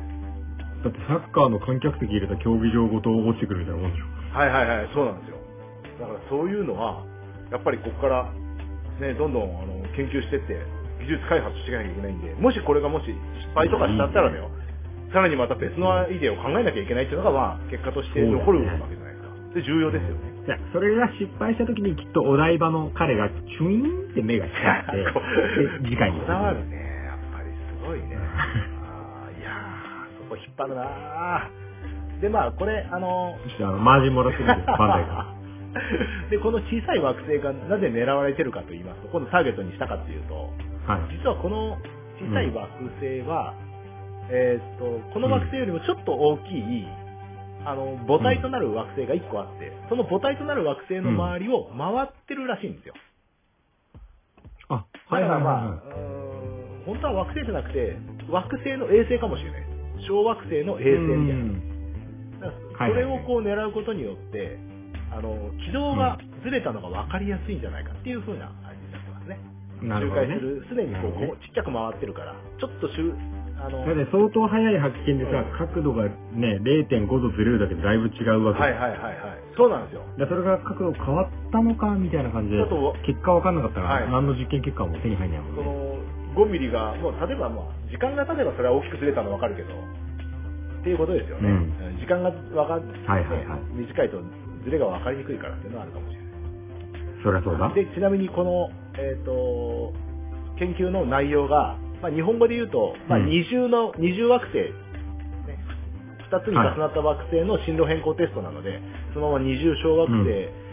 だってサッカーの観客席入れた競技場ごと落ちてくるみたいなもんでしょ。 はいはいはい、そうなんですよ。だからそういうのは、やっぱりここから、ね、どんどんあの研究してって、技術開発していかなきゃいけないんで、もしこれがもし失敗とかしちゃったらだよ、さらにまた別のアイデアを考えなきゃいけないっていうのが、まあ、結果として残るわけじゃないですか。で、重要ですよね。 じゃあ、それが失敗した時にきっとお台場の彼がチュイーンって目が光って、で、次回に。 こだわるね、やっぱりすごいね。あいやー、そこ引っ張るなー。で、まあ、これ、あのー、ちょっとあの、マージンもらってるんです、バンダイが。 で、この小さい惑星がなぜ狙われてるかと言いますと、このターゲットにしたかというと、はい、実はこの小さい惑星は、うん、えー、っと、この惑星よりもちょっと大きい、あの、母体となる惑星がいっこあって、その母体となる惑星の周りを回ってるらしいんですよ。 うん、あ、はいはいはい、はい。 だからまあ、うーん、本当は惑星じゃなくて、惑星の衛星かもしれないです。小惑星の衛星みたいな。だからそれをこう狙うことによって、あの、軌道がずれたのが分かりやすいんじゃないかっていう風な感じになってますね。周回する、すでにこう、こうちっちゃく回ってるから、ちょっとしゅ、あの、 だって相当速い発見でさ、うん、角度がね、れいてんごどずれるだけでだいぶ違うわけはいはいはいはい。そうなんですよ。 で、それが角度変わったのかみたいな感じで、結果分かんなかったら、はい、何の実験結果も手に入んないもんね。 その、ごミリが、もう例えばまあ、時間が経てばそれは大きくずれたの分かるけど、っていうことですよね。うん、時間が分かって、はいはいはい、短いと、ズレが分かりにくいからっていうのはあるかもしれない。 そりゃそうだ。 で、ちなみにこの、えっと、研究の内容が、まあ、日本語で言うと、まあ、二重の、うん、二重惑星、ね、二つに重なった惑星の進路変更テストなので、はい、そのまま二重小惑星、うん、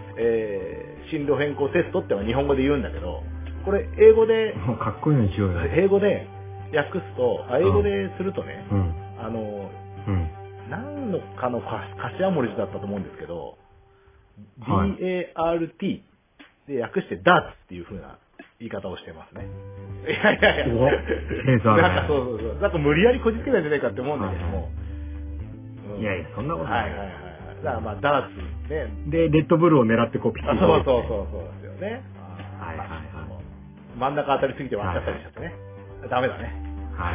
えー、進路変更テストってのは日本語で言うんだけど、これ英語で、 もうかっこいいのにしようよ。 英語で訳すと、あ英語でするとね、うん、あの、うん、何のかの頭文字だったと思うんですけど、はい、ディーエーアールティー で訳してダーツっていう風な言い方をしてますね。いやいやいや、なんかそうそうそう、なんか無理やりこじつけないんじゃないかって思うんだけども。 うん、いやいや、そんなことない。 はいはいはい。だからまあダーツね。 で、レッドブルを狙ってこうピッチリ、ね。 そうそうそうそうですよね。はいはいはい。真ん中当たりすぎて割っちゃったりしちゃってね。はい、ダメだね。はい。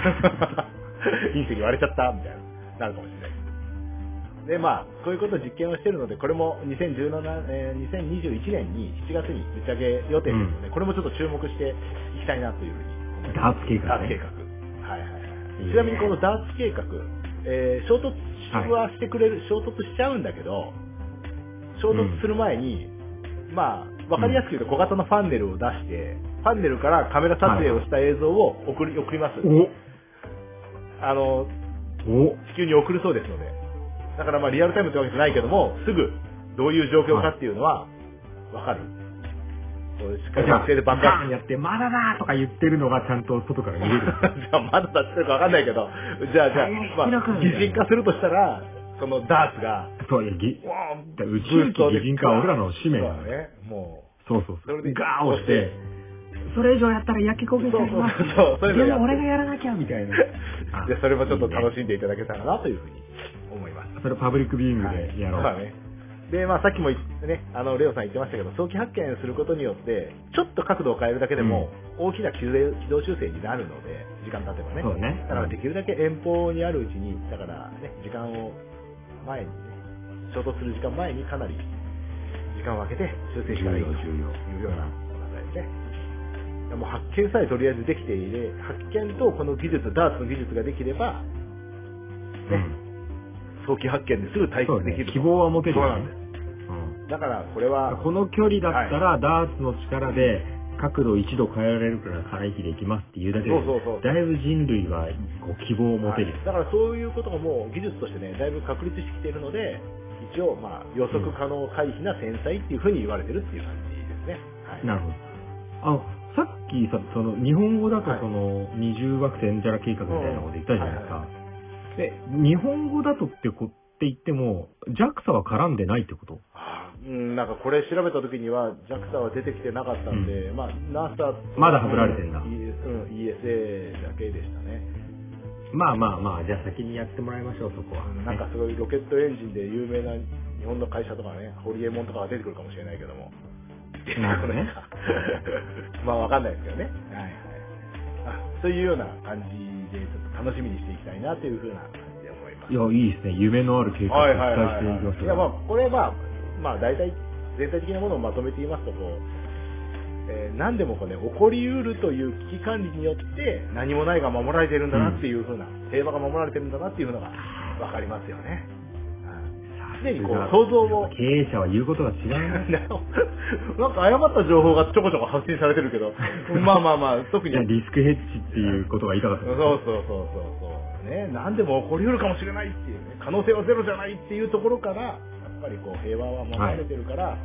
隕石割れちゃったみたいな、なるかもしれない。で、まあ、こういうことを実験をしているので、これもにせんじゅうなな、えー、にせんにじゅういちねんにしちがつに打ち上げ予定ですので、うん、これもちょっと注目していきたいなというふうに思います。 ダーツ計画、 ね。ダーツ計画。はいはいはい。ちなみにこのダーツ計画、えー、衝突はしてくれる、はい、衝突しちゃうんだけど、衝突する前に、うん、まあ、わかりやすく言うと小型のファンネルを出して、ファンネルからカメラ撮影をした映像を送り、送ります。あの、地球に送るそうですので。だからまあリアルタイムってわけじゃないけども、すぐどういう状況かっていうのはわかる。そういうしっかり学生で爆発やって、まだだとか言ってるのがちゃんと外から見える。 じゃあまだだってるかわかんないけど、じゃあじゃあ、まあ、擬人化するとしたら、そのダーツが、 そういや、ぎ宇宙機擬人化は俺らの使命だね。もう。そうそうそう。それでガー押して、それ以上やったら焼き焦げちゃいます。 そうそうそう。 でも俺がやらなきゃみたいな。 で、それもちょっと楽しんでいただけたらなというふうに思います。 それをパブリックビューイングでやろう。 はい、そうだね。で、まあさっきもね、あの、レオさん言ってましたけど、早期発見することによって、ちょっと角度を変えるだけでも、大きな軌道修正になるので、時間経てばね。 そうね。 だからできるだけ遠方にあるうちに、だからね、時間を前にね、衝突する時間前にかなり時間を空けて修正したらいいというような形ですね。もう発見さえとりあえずできていれ、発見とこの技術、ダーツの技術ができれば、ね、うん、早期発見ですぐ対決できる、 ね。希望は持てるよね。 うん、だからこれはこの距離だったら、はい、ダーツの力で角度を一度変えられるから回避できますっていうだけで、そうそうそう、だいぶ人類はこう希望を持てる、 はい。だからそういうことがもう技術としてね、だいぶ確立してきているので、一応まあ予測可能回避な天才っていうふうに言われてるっていう感じですね。はい、 なるほど。あ、さっきさ、その日本語だとその二重惑星じゃら計画みたいなこと言ったじゃないですか。で、日本語だとってこって言っても ジャクサ は絡んでないってこと？ あ、うん、なんかこれ調べた時には ジャクサ は出てきてなかったんで、うん、まあ ナサまだはぶられてんだ。 うん、イーエスエー だけでしたね。 まあまあまあ、じゃあ先にやってもらいましょう、そこは。 なんかすごいロケットエンジンで有名な日本の会社とかね、ホリエモンとかが出てくるかもしれないけども。 なるほどね。 まあわかんないですけどね。はいはい。あ、そういうような感じでちょっと楽しみにしていきたいなというふうな感じで思います。 いや、いいですね。夢のある計画を期待していきましょう。 いや、まあこれまあまあ大体全体的なものをまとめて言いますとこう、えー、何でもこうね、起こりうるという危機管理によって何もないが守られているんだなっていうふうな、うん、平和が守られてるんだなっていうのがわかりますよね。常にこう想像を経営者は言うことが違うね。 なんか誤った情報がちょこちょこ発信されてるけど、まあまあまあ特にリスクヘッジっていうことが言いたかった、ね。 そうそうそうそうそうね、何でも起こりうるかもしれないっていうね、可能性はゼロじゃないっていうところからやっぱりこう平和は守られてるから、はい、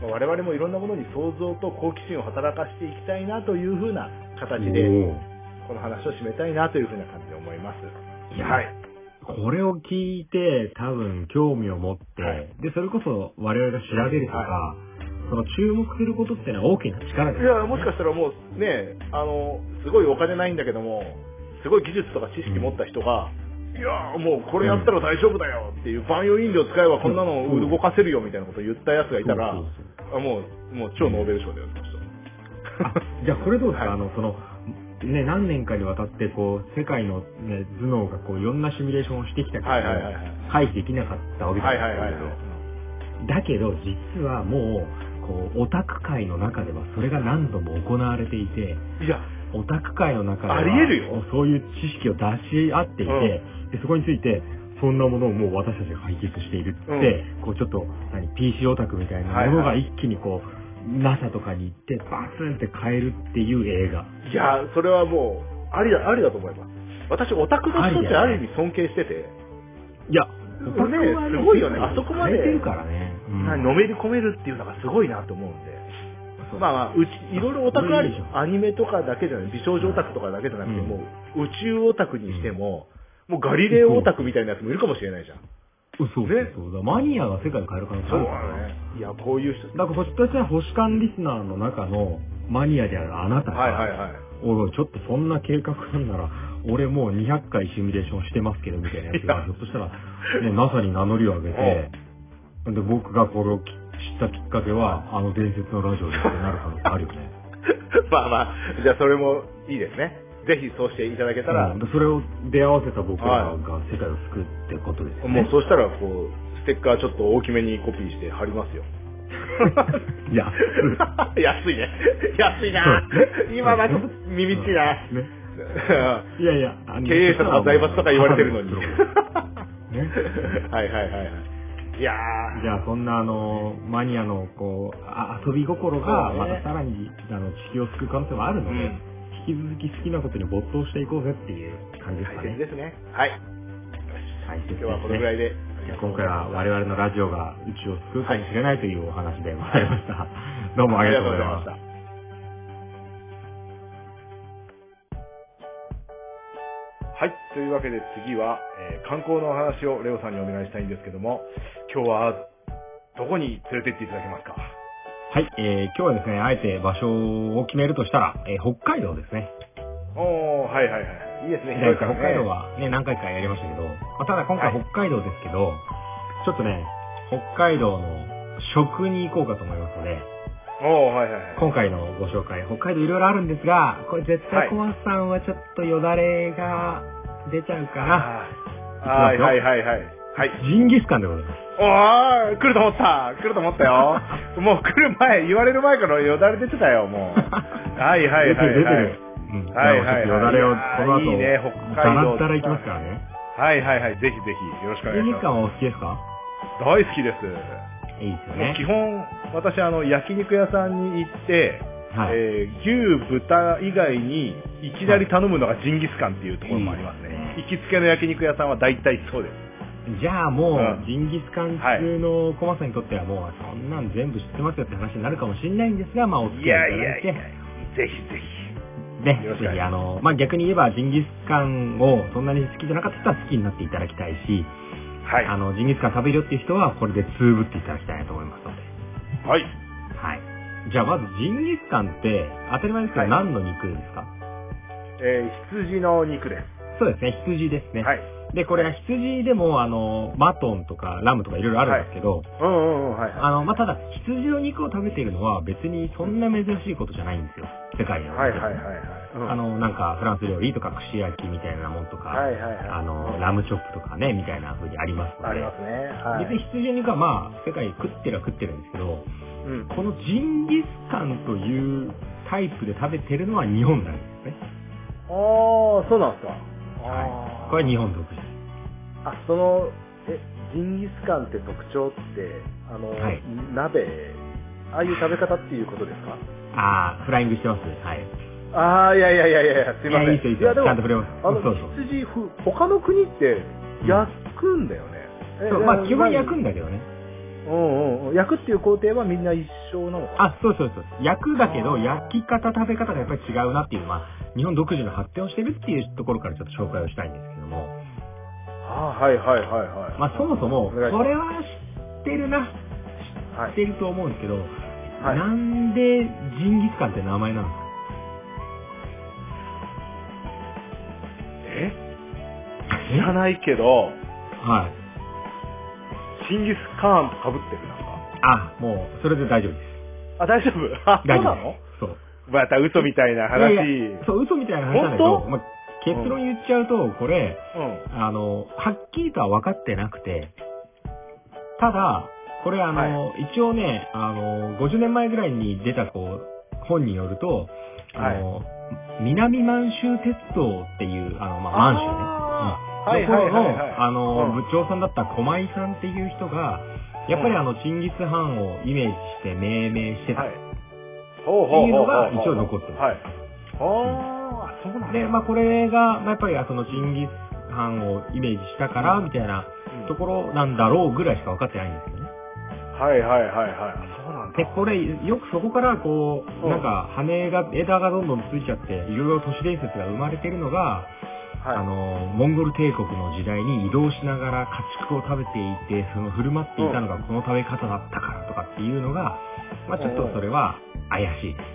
まあ、我々もいろんなものに想像と好奇心を働かしていきたいなというふうな形でこの話を締めたいなというふうな感じで思います。 いや、はい。これを聞いて多分興味を持って、はい、でそれこそ我々が調べるとか、はい、その注目することってのは大きな力です、ね。 いや、もしかしたらもうね、あのすごいお金ないんだけども、すごい技術とか知識持った人が、うん、いやもうこれやったら大丈夫だよっていう、万葉飲料使えばこんなの動かせるよみたいなことを言ったやつがいたら、そうそうそう、あもうもう超ノーベル賞だよって人。じゃあこれどうですか、はい、あのその。ね、何年かにわたってこう世界の、ね、頭脳がこういろんなシミュレーションをしてきたけど、はいはいはいはい、回避できなかったわけですけど、はいはいはいはい、だけど実はもうこうオタク界の中ではそれが何度も行われていて、いやオタク界の中ではありえるよ、 そういう知識を出し合っていて、うん、でそこについてそんなものをもう私たちが解決しているって、うん、こうちょっと何 ピーシー オタクみたいなものが一気にこう、はいはい、ナサ とかに行ってバツンって変えるっていう映画。 いやそれはもうありだありだと思います。私オタクの人ってある意味尊敬してて、 いやオタクはねすごいよね、あそこまで変えてるからね、うのめり込めるっていうのがすごいなと思うんで。まあまあ、うち、いろいろオタクあるでしょ。アニメとかだけじゃない、美少女オタクとかだけじゃなくて、うん、もう、宇宙オタクにしても、もうガリレオオタクみたいなやつもいるかもしれないじゃん。 そうそうそうだ。マニアが世界を変える可能性あるからね。いや、こういう人。 だから、そっちは星間リスナーの中のマニアであるあなたが、はいはいはい。おい、ちょっとそんな計画なんなら、俺もうにひゃっかいシミュレーションしてますけど、みたいなやつが、ひょっとしたら、ね、ナサ に名乗りを上げて、で、僕がこれを知ったきっかけは、あの伝説のラジオですってなる可能性あるよね。 まあまあ、じゃあそれもいいですね。ぜひそうしていただけたら。うん、 それを出会わせた僕らが世界を救うってことですよね。 もうそうしたら、こう、ステッカーちょっと大きめにコピーして貼りますよ。 いや、 安いね。安いな。今はちょっと耳つきな。 いやいや、 経営者とか財閥とか言われてるのに。ね。はいはいはいはい。いやー。 じゃあそんなあの、マニアのこう、あ遊び心がまたさらに、あの、地球を救う可能性もあるので、うん、引き続き好きなことに没頭していこうぜっていう感じですかね。 大切ですね。はい。 大切ですね。 今日はこのぐらいで。 今回は我々のラジオが宇宙を救うかもしれないというお話でございました。はい、どうもありがとうございました。 はい。というわけで次は、えー、観光のお話をレオさんにお願いしたいんですけども、今日はどこに連れて行っていただけますか？ はい。えー、今日はですね、あえて場所を決めるとしたら、えー、北海道ですね。 おー、はいはいはい。いいですね。 広いからね。北海道はね、何回かやりましたけど、まあ、ただ今回北海道ですけど、はい、ちょっとね、北海道の食に行こうかと思いますので、 おー、はいはいはい。 今回のご紹介、北海道いろいろあるんですが、これ絶対小松さんはちょっとよだれが出ちゃうかな。 はいはいはいはい。はい。 ジンギスカンでございます。 おー、来ると思った。来ると思ったよ。もう来る前、言われる前からよだれ出てたよ、もう。はいはいはいはい。出てる。 うん、はいはいはい。よだれをこの後、いいね、北海道。だらだら行きますからね。 はいはいはい。ぜひぜひ、よろしくお願いします。 ジンギスカンはお好きですか？ 大好きです。 いいですよね。 基本、私、あの、焼肉屋さんに行って、はい、えー、牛、豚以外に、いきなり頼むのがジンギスカンっていうところもありますね。はい、行きつけの焼肉屋さんは大体そうです。 じゃあもう、うん、ジンギスカン通のコマさんにとってはもう、そんなん全部知ってますよって話になるかもしれないんですが、まあ、お付き合いいただいて。いやいやいや、 ぜひぜひ。 ね、ぜひあの、まあ、逆に言えばジンギスカンをそんなに好きじゃなかった人は好きになっていただきたいし、はい。あの、ジンギスカン食べるよっていう人は、これでつぶっていただきたいなと思いますので。 はい。 はい。じゃあ、まず、ジンギスカンって、当たり前ですけど、はい、何の肉ですか？ えー、羊の肉です。 そうですね、羊ですね。はい。で、これは羊でも、あの、マトンとかラムとかいろいろあるんですけど、はい、 うんうんうん、はい。 あの、まあ、ただ、羊の肉を食べているのは別にそんな珍しいことじゃないんですよ。世界では。 はいはいはいはい。 うん、あの、なんか、フランス料理とか串焼きみたいなもんとか、はいはいはい。あの、ラムチョップとかね、みたいな風にありますので。 ありますね。はい。 別に羊の肉はまあ、世界食ってるは食ってるんですけど、うん、このジンギスカンというタイプで食べてるのは日本なんですね。 ああ、そうなんですか。 はい。これは日本独自。 あ、その、え、ジンギスカンって特徴って、あの、はい、鍋、ああいう食べ方っていうことですか？ ああ、フライングしてます。はい。 ああ、いやいやいやいや、すいません。いや、いいですよ、いいですよ。ちゃんと触れます。あの、 そうそう羊、他の国って焼くんだよね。 うん、そう、まあ基本焼くんだけどね。 うんうん。焼くっていう工程はみんな一緒なのかな？ あ、そうそうそう。焼くだけど、焼き方、食べ方がやっぱり違うなっていう、まあ、日本独自の発展をしてるっていうところからちょっと紹介をしたいんですけども。 ああ、はいはいはいはい。 まあそもそも、これは知ってるな。知ってると思うんですけど、はい、なんでジンギスカンって名前なんですか？ え？知らないけど、 はい。 ジンギスカーンと被ってるなんか。 あ、もう、それで大丈夫です。 あ、大丈夫？あ、そうなの？ そう。 また嘘みたいな話。 いやいやそう、嘘みたいな話なんだけど、まあ、結論言っちゃうと、これ、うん、あの、はっきりとは分かってなくて、ただ、これあの、はい、一応ね、あの、ごじゅうねんまえぐらいに出たこう、本によると、あの、はい、南満州鉄道っていう、あの、まあ、満州ね。はいはいはいはい、あの、部長さんだった駒井さんっていう人が、やっぱりあの、チンギス・ハンをイメージして命名してた。っていうのが一応残ってます。はい。ああ、そうなんだ。で、まあこれが、やっぱりそのチンギス・ハンをイメージしたから、みたいなところなんだろうぐらいしか分かってないんですけどね。 はいはいはいはい。そうなんだ。 で、これ、よくそこからこう、うん、なんか羽が、枝がどんどんついちゃって、いろいろ都市伝説が生まれてるのが、はい、あの、モンゴル帝国の時代に移動しながら家畜を食べていて、その振る舞っていたのがこの食べ方だったからとかっていうのが、まあちょっとそれは怪しいです。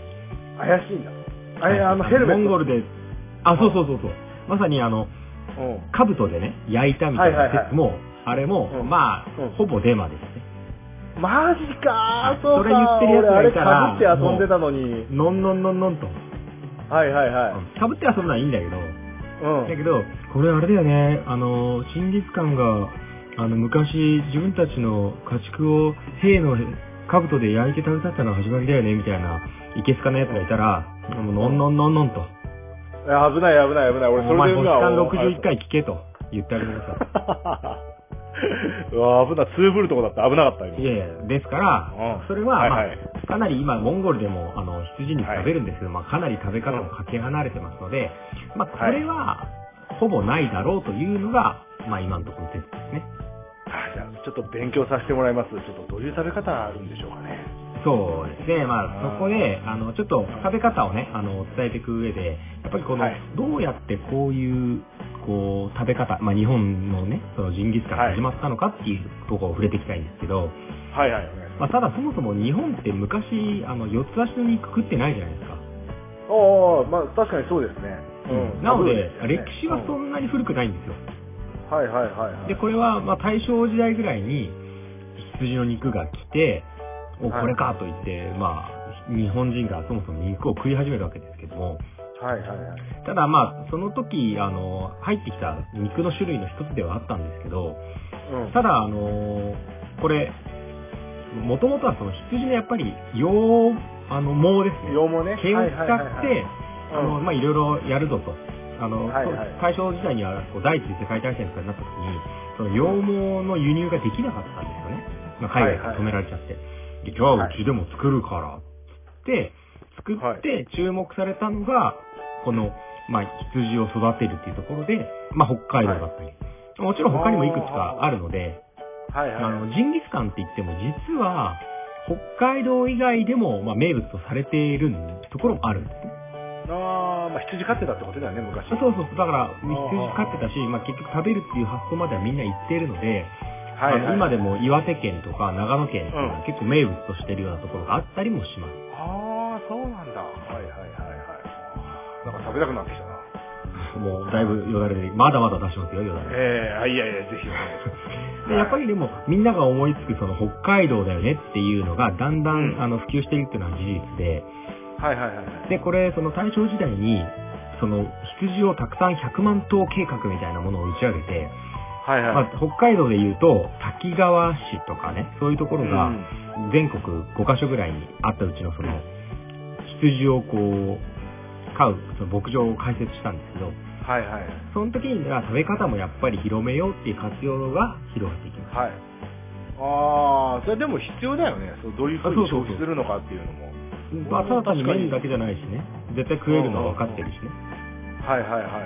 怪しいんだ。あれ、あの、ヘルメット。 モンゴルで、あ、そうそうそうそう。まさにあの、兜でね、焼いたみたいな説も、はいはいはい、あれも、うん、まあ、うん、ほぼデマですね。 マジかー、そうかー。 それ言ってるやつがいたら、 あれ被って遊んでたのに。 のんのんのんのんと。 はいはいはい。 被って遊ぶのはいいんだけど、うん、だけど、これあれだよね、あの、チンギスカンが、あの、昔、自分たちの家畜を兵の兜で焼いて食べさせたのが始まりだよね、みたいな、いけすかなやつがいたら、もう、のんのんのんのんと。 危ない危ない危ない。俺、それで今、お前、星間ろくじゅういっかい聞けと言ってあげてください。 うわ危ない、ツーブルとこだった。危なかったよ。 いやいや、ですから、うん、それは、はいはい、まあ、かなり今、モンゴルでも、あの、羊肉食べるんですけど、はい、まあ、かなり食べ方もかけ離れてますので、うん、まあ、これは、ほぼないだろうというのが、まあ、今のところの説ですね。 じゃあ、ちょっと勉強させてもらいます。ちょっとどういう食べ方あるんでしょうかね。 そうですね。まあ、そこで、あの、ちょっと食べ方をね、あの、伝えていく上で、やっぱりこの、はい、どうやってこういう、こう、食べ方、まあ、日本のね、そのジンギスカンが始まったのかっていうところを触れていきたいんですけど、 はいはい。 まあ、ただそもそも日本って昔、あの、四つ足の肉食ってないじゃないですか。 ああ、まあ、確かにそうですね。 うん。なので、歴史はそんなに古くないんですよ。 はいはいはい、はい。 で、これは、まあ、大正時代ぐらいに、羊の肉が来て、お、これかと言って、はい、まあ、日本人がそもそも肉を食い始めるわけですけども、 はいはいはい。 ただまあ、その時、あの、入ってきた肉の種類の一つではあったんですけど、うん、ただ、あの、これ、もともとはその羊のやっぱり、羊、あの、毛ですね。 羊毛ね。 毛を使って、あの、まあ、いろいろやるぞと。あの、はいはい、大正時代にはこう第一次世界大戦とかになった時に、その羊毛の輸入ができなかったんですよね。まあ、海外から止められちゃって。で、じゃあうちでも作るから、つって、作って注目されたのが、この、まあ、羊を育てるっていうところで、まあ、北海道だったり。はい、もちろん他にもいくつかあるので、はいはい、あの、ジンギスカンって言っても実は、北海道以外でも、まあ、名物とされているところもあるんですね。 ああ、まあ、羊飼ってたってことだよね、昔。 そうそうそう。だから、羊飼ってたし、まあ、結局食べるっていう発想まではみんな行っているので、はいはい、あの今でも岩手県とか長野県っていうのは結構名物としてるようなところがあったりもします。 うん、ああ、そうなんだ。はいはいはいはい。なんか食べたくなってきたな。 もうだいぶよだれで、まだまだ出しますよ、よだれ。 ええー、いやいや、ぜひ。で、やっぱりでも、みんなが思いつくその北海道だよねっていうのが、だんだん、うん、あの普及しているっていうのは事実で、 はいはいはい。 で、これ、その大正時代に、その羊をたくさんひゃくまん頭計画みたいなものを打ち上げて、はいはい。まあ、北海道で言うと、滝川市とかね、そういうところが、全国ごカ所ぐらいにあったうちのその、羊をこう、飼う、その牧場を開設したんですけど、はいはい。その時には食べ方もやっぱり広めようっていう活用が広がっていきます。 はい。ああ、それでも必要だよね。そうどういうふうに消費するのかっていうのも。 まあ、ただ単に麺だけじゃないしね。絶対食えるのは分かってるしね。 はいはいはいはい。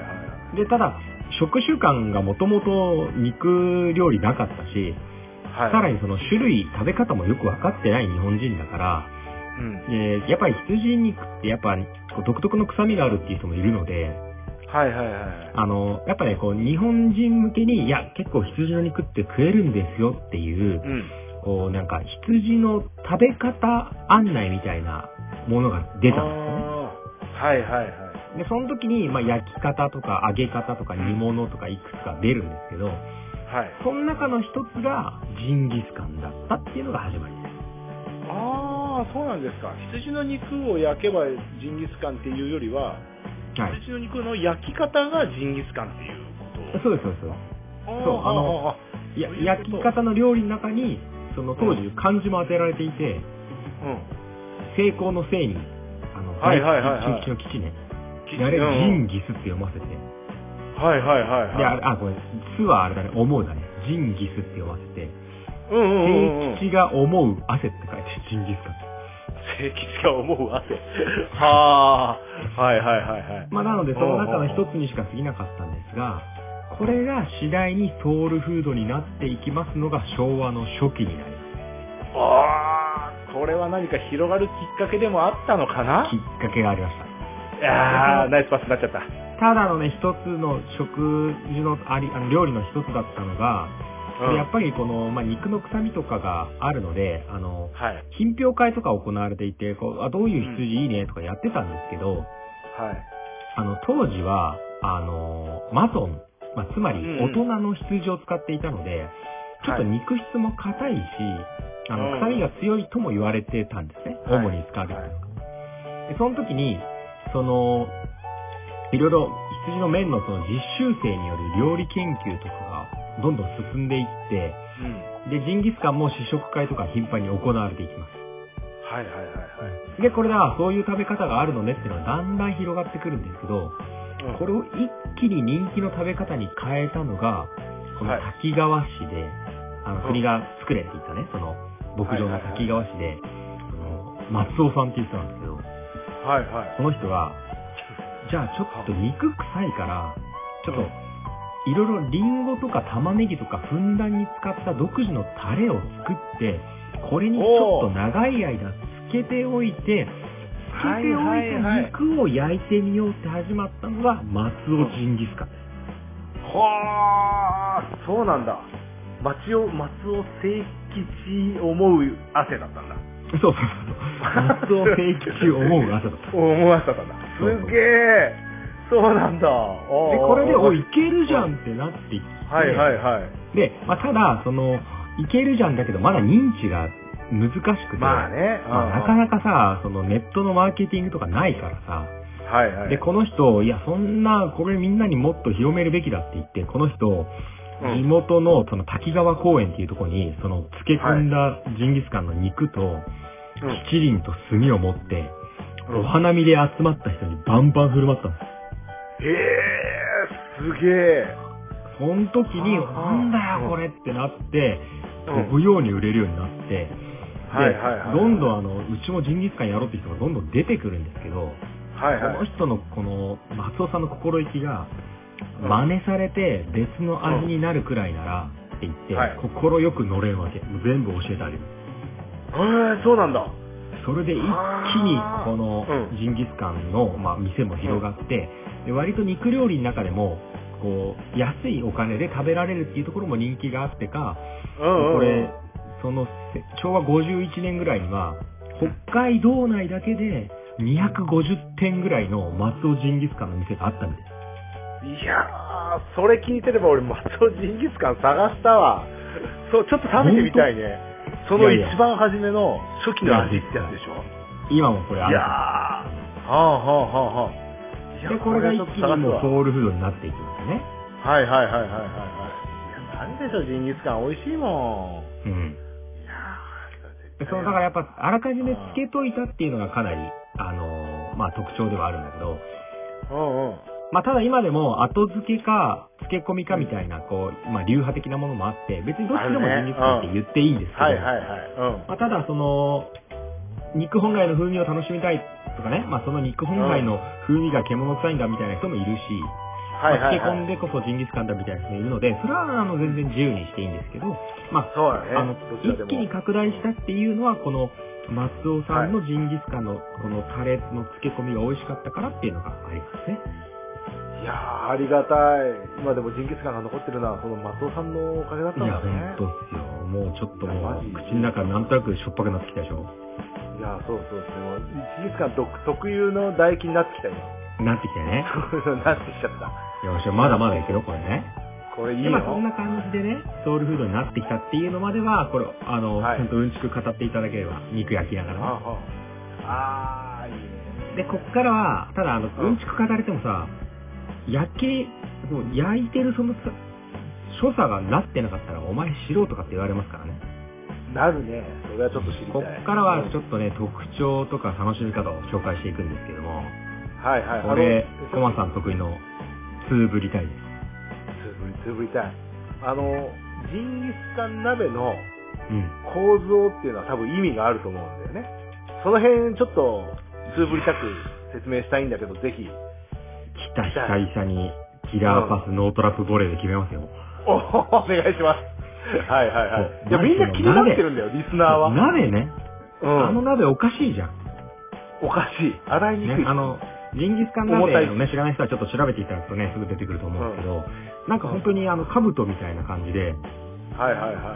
で、ただ、食習慣がもともと肉料理なかったし、はい、さらにその種類、食べ方もよく分かってない日本人だから、うん、えー、やっぱり羊肉ってやっぱ独特の臭みがあるっていう人もいるので、はいはいはい。あの、やっぱね、こう、日本人向けに、いや、結構羊の肉って食えるんですよっていう、うん、こう、なんか羊の食べ方案内みたいなものが出たんですよね。 はいはいはい。 で、その時に、まあ、焼き方とか揚げ方とか煮物とかいくつか出るんですけど、はい。その中の一つがジンギスカンだったっていうのが始まりです。 ああ、そうなんですか。羊の肉を焼けばジンギスカンっていうよりは、はい、羊の肉の焼き方がジンギスカンっていうこと。 そうですそうです。そう、あの、や焼き方の料理の中に、その当時漢字も当てられていて、うん、成功のせいに、あの、はいはいはいはい、中吉の吉ね。あれ、ジンギスって読ませて。 はいはいはいはい。 で、あれ、あ、これ、すはあれだね、思うだね。ジンギスって読ませて。 うんうんうんうん。 聖吉が思う汗って書いて、ジンギスカン。 聖吉が思う汗。はあ。はいはいはいはい。 まあなので、その中の一つにしか過ぎなかったんですが、これが次第にソウルフードになっていきますのが昭和の初期になります。 ああ、これは何か広がるきっかけでもあったのかな？ きっかけがありました。 いやー、ナイスパスになっちゃった。 ただのね、一つの食事のあり、あの料理の一つだったのが、うん、やっぱりこの、まあ、肉の臭みとかがあるので、あの、はい、品評会とか行われていて、こうあどういう羊いいねとかやってたんですけど、うん、はい、あの、当時は、あの、マトン、まあ、つまり大人の羊を使っていたので、うん、ちょっと肉質も硬いし、あの、臭みが強いとも言われてたんですね。主に使われてたのが。で、その時に、その、いろいろ羊の麺のその実習生による料理研究とかがどんどん進んでいって、うん、で、ジンギスカンも試食会とか頻繁に行われていきます。 はいはいはいはい。 で、これがそういう食べ方があるのねっていうのはだんだん広がってくるんですけど、うん、これを一気に人気の食べ方に変えたのが、この滝川市で、はい、あの、国が作れって言ったね、その牧場の滝川市で、はいはいはい、その松尾さんっていう人なんですけど、はいはい、その人が、じゃあちょっと肉臭いから、ちょっと、いろいろリンゴとか玉ねぎとかふんだんに使った独自のタレを作って、これにちょっと長い間つけておいて、つけておいた肉を焼いてみようって始まったのが松尾ジンギスカンです。 はぁー、そうなんだ。松尾、松尾清吉思う汗だったんだ。 そうそうそう。松尾清吉思う汗だった。 思う汗だったんだ。すげえ。そうなんだ。 で、これで、お、いけるじゃんってなってきて。 はいはいはい。 で、まあ、ただ、その、いけるじゃんだけど、まだ認知が難しくて。 まあね。 まあ、なかなかさ、そのネットのマーケティングとかないからさ。 はいはい。 で、この人、いや、そんな、これみんなにもっと広めるべきだって言って、この人、地元のその滝川公園っていうところに、その漬け込んだジンギスカンの肉と、七輪と炭を持って、お花見で集まった人にバンバン振る舞ったんです。 へー、すげえ。 その時に、なんだよこれってなって、飛ぶように売れるようになって、で、どんどんあの、うちもジンギスカンやろうって人がどんどん出てくるんですけど、はいはい、この人のこの、松尾さんの心意気が、真似されて別の味になるくらいならって言って、はい、心よく乗れるわけ。もう全部教えてあげる。 へー、そうなんだ。 それで一気にこのジンギスカンの、まあ、店も広がって、で割と肉料理の中でもこう安いお金で食べられるっていうところも人気があってか、これそのちょうわごじゅういちねんぐらいには北海道内だけでにひゃくごじゅってんぐらいの松尾ジンギスカンの店があったんです。 いやー、それ聞いてれば俺松尾ジンギスカン探したわ。そう、ちょっと食べてみたいね。その一番初めの初期の味ってやつでしょ。 今もこれある。 いやー、はあはあはあはあ。 で、これが一気にもうソウルフードになっていきますね。 はいはいはいはいはいはい。いや、なんでしょう、ジンギスカン美味しいもん。うん。いやー、そう、だからやっぱあらかじめつけといたっていうのがかなり、あのー、まあ特徴ではあるんだけど、うんうん。まあただ今でも後付けか漬け込みかみたいなこう、まあ流派的なものもあって、別にどっちでもジンギスカンって言っていいんですけど、はいはいはい。うん。まあただその、肉本来の風味を楽しみたいとかね、まあその肉本来の風味が獣臭いんだみたいな人もいるし、まあ、漬け込んでこそジンギスカンだみたいな人もいるので、それはあの全然自由にしていいんですけど、まあ、そうだね、あの、一気に拡大したっていうのはこの、松尾さんのジンギスカンのこのタレの漬け込みが美味しかったからっていうのがありますね。 いやー、ありがたい。今でもジンギスカンが残ってるのは、その松尾さんのおかげだったんだね。 いや、ほんとっすよ。もうちょっともう、口の中なんとなくしょっぱくなってきたでしょ。 いや、そうそうそう。ジンギスカン特有の唾液になってきたよ。 なってきたね。 なってきちゃった。 よし、まだまだいくよ、これね。 これいいよ。 まあそんな感じでね、ソウルフードになってきたっていうのまでは、これ、あの、はい、ちゃんとうんちく語っていただければ、肉焼きながらね。ああ、いいね。で、こっからは、ただあの、うんちく語れてもさ、焼け、もう焼いてるそのさ、所作がなってなかったら、お前素人かって言われますからね。 なるね。それはちょっと知りたい。 こっからはちょっとね、特徴とか楽しみ方を紹介していくんですけども。 はいはい。 これ、コマさん得意の、つぶりたいです。 つぶり、つぶりたい。あの、ジンギスカン鍋の構造っていうのは多分意味があると思うんだよね。その辺ちょっと、つぶりたく説明したいんだけど、ぜひ。 来た久々に、キラーパス、うん、ノートラップボレーで決めますよ。 お、お願いします。 はいはいはい。いや、みんな気になってるんだよ、リスナーは。 鍋ね。うん。あの鍋おかしいじゃん。 おかしい。洗いにくい。 ね、あの、ジンギスカン鍋をね、知らない人はちょっと調べていただくとね、すぐ出てくると思うんですけど、うん、なんか本当にあの、兜みたいな感じで。 はいはいはいはい。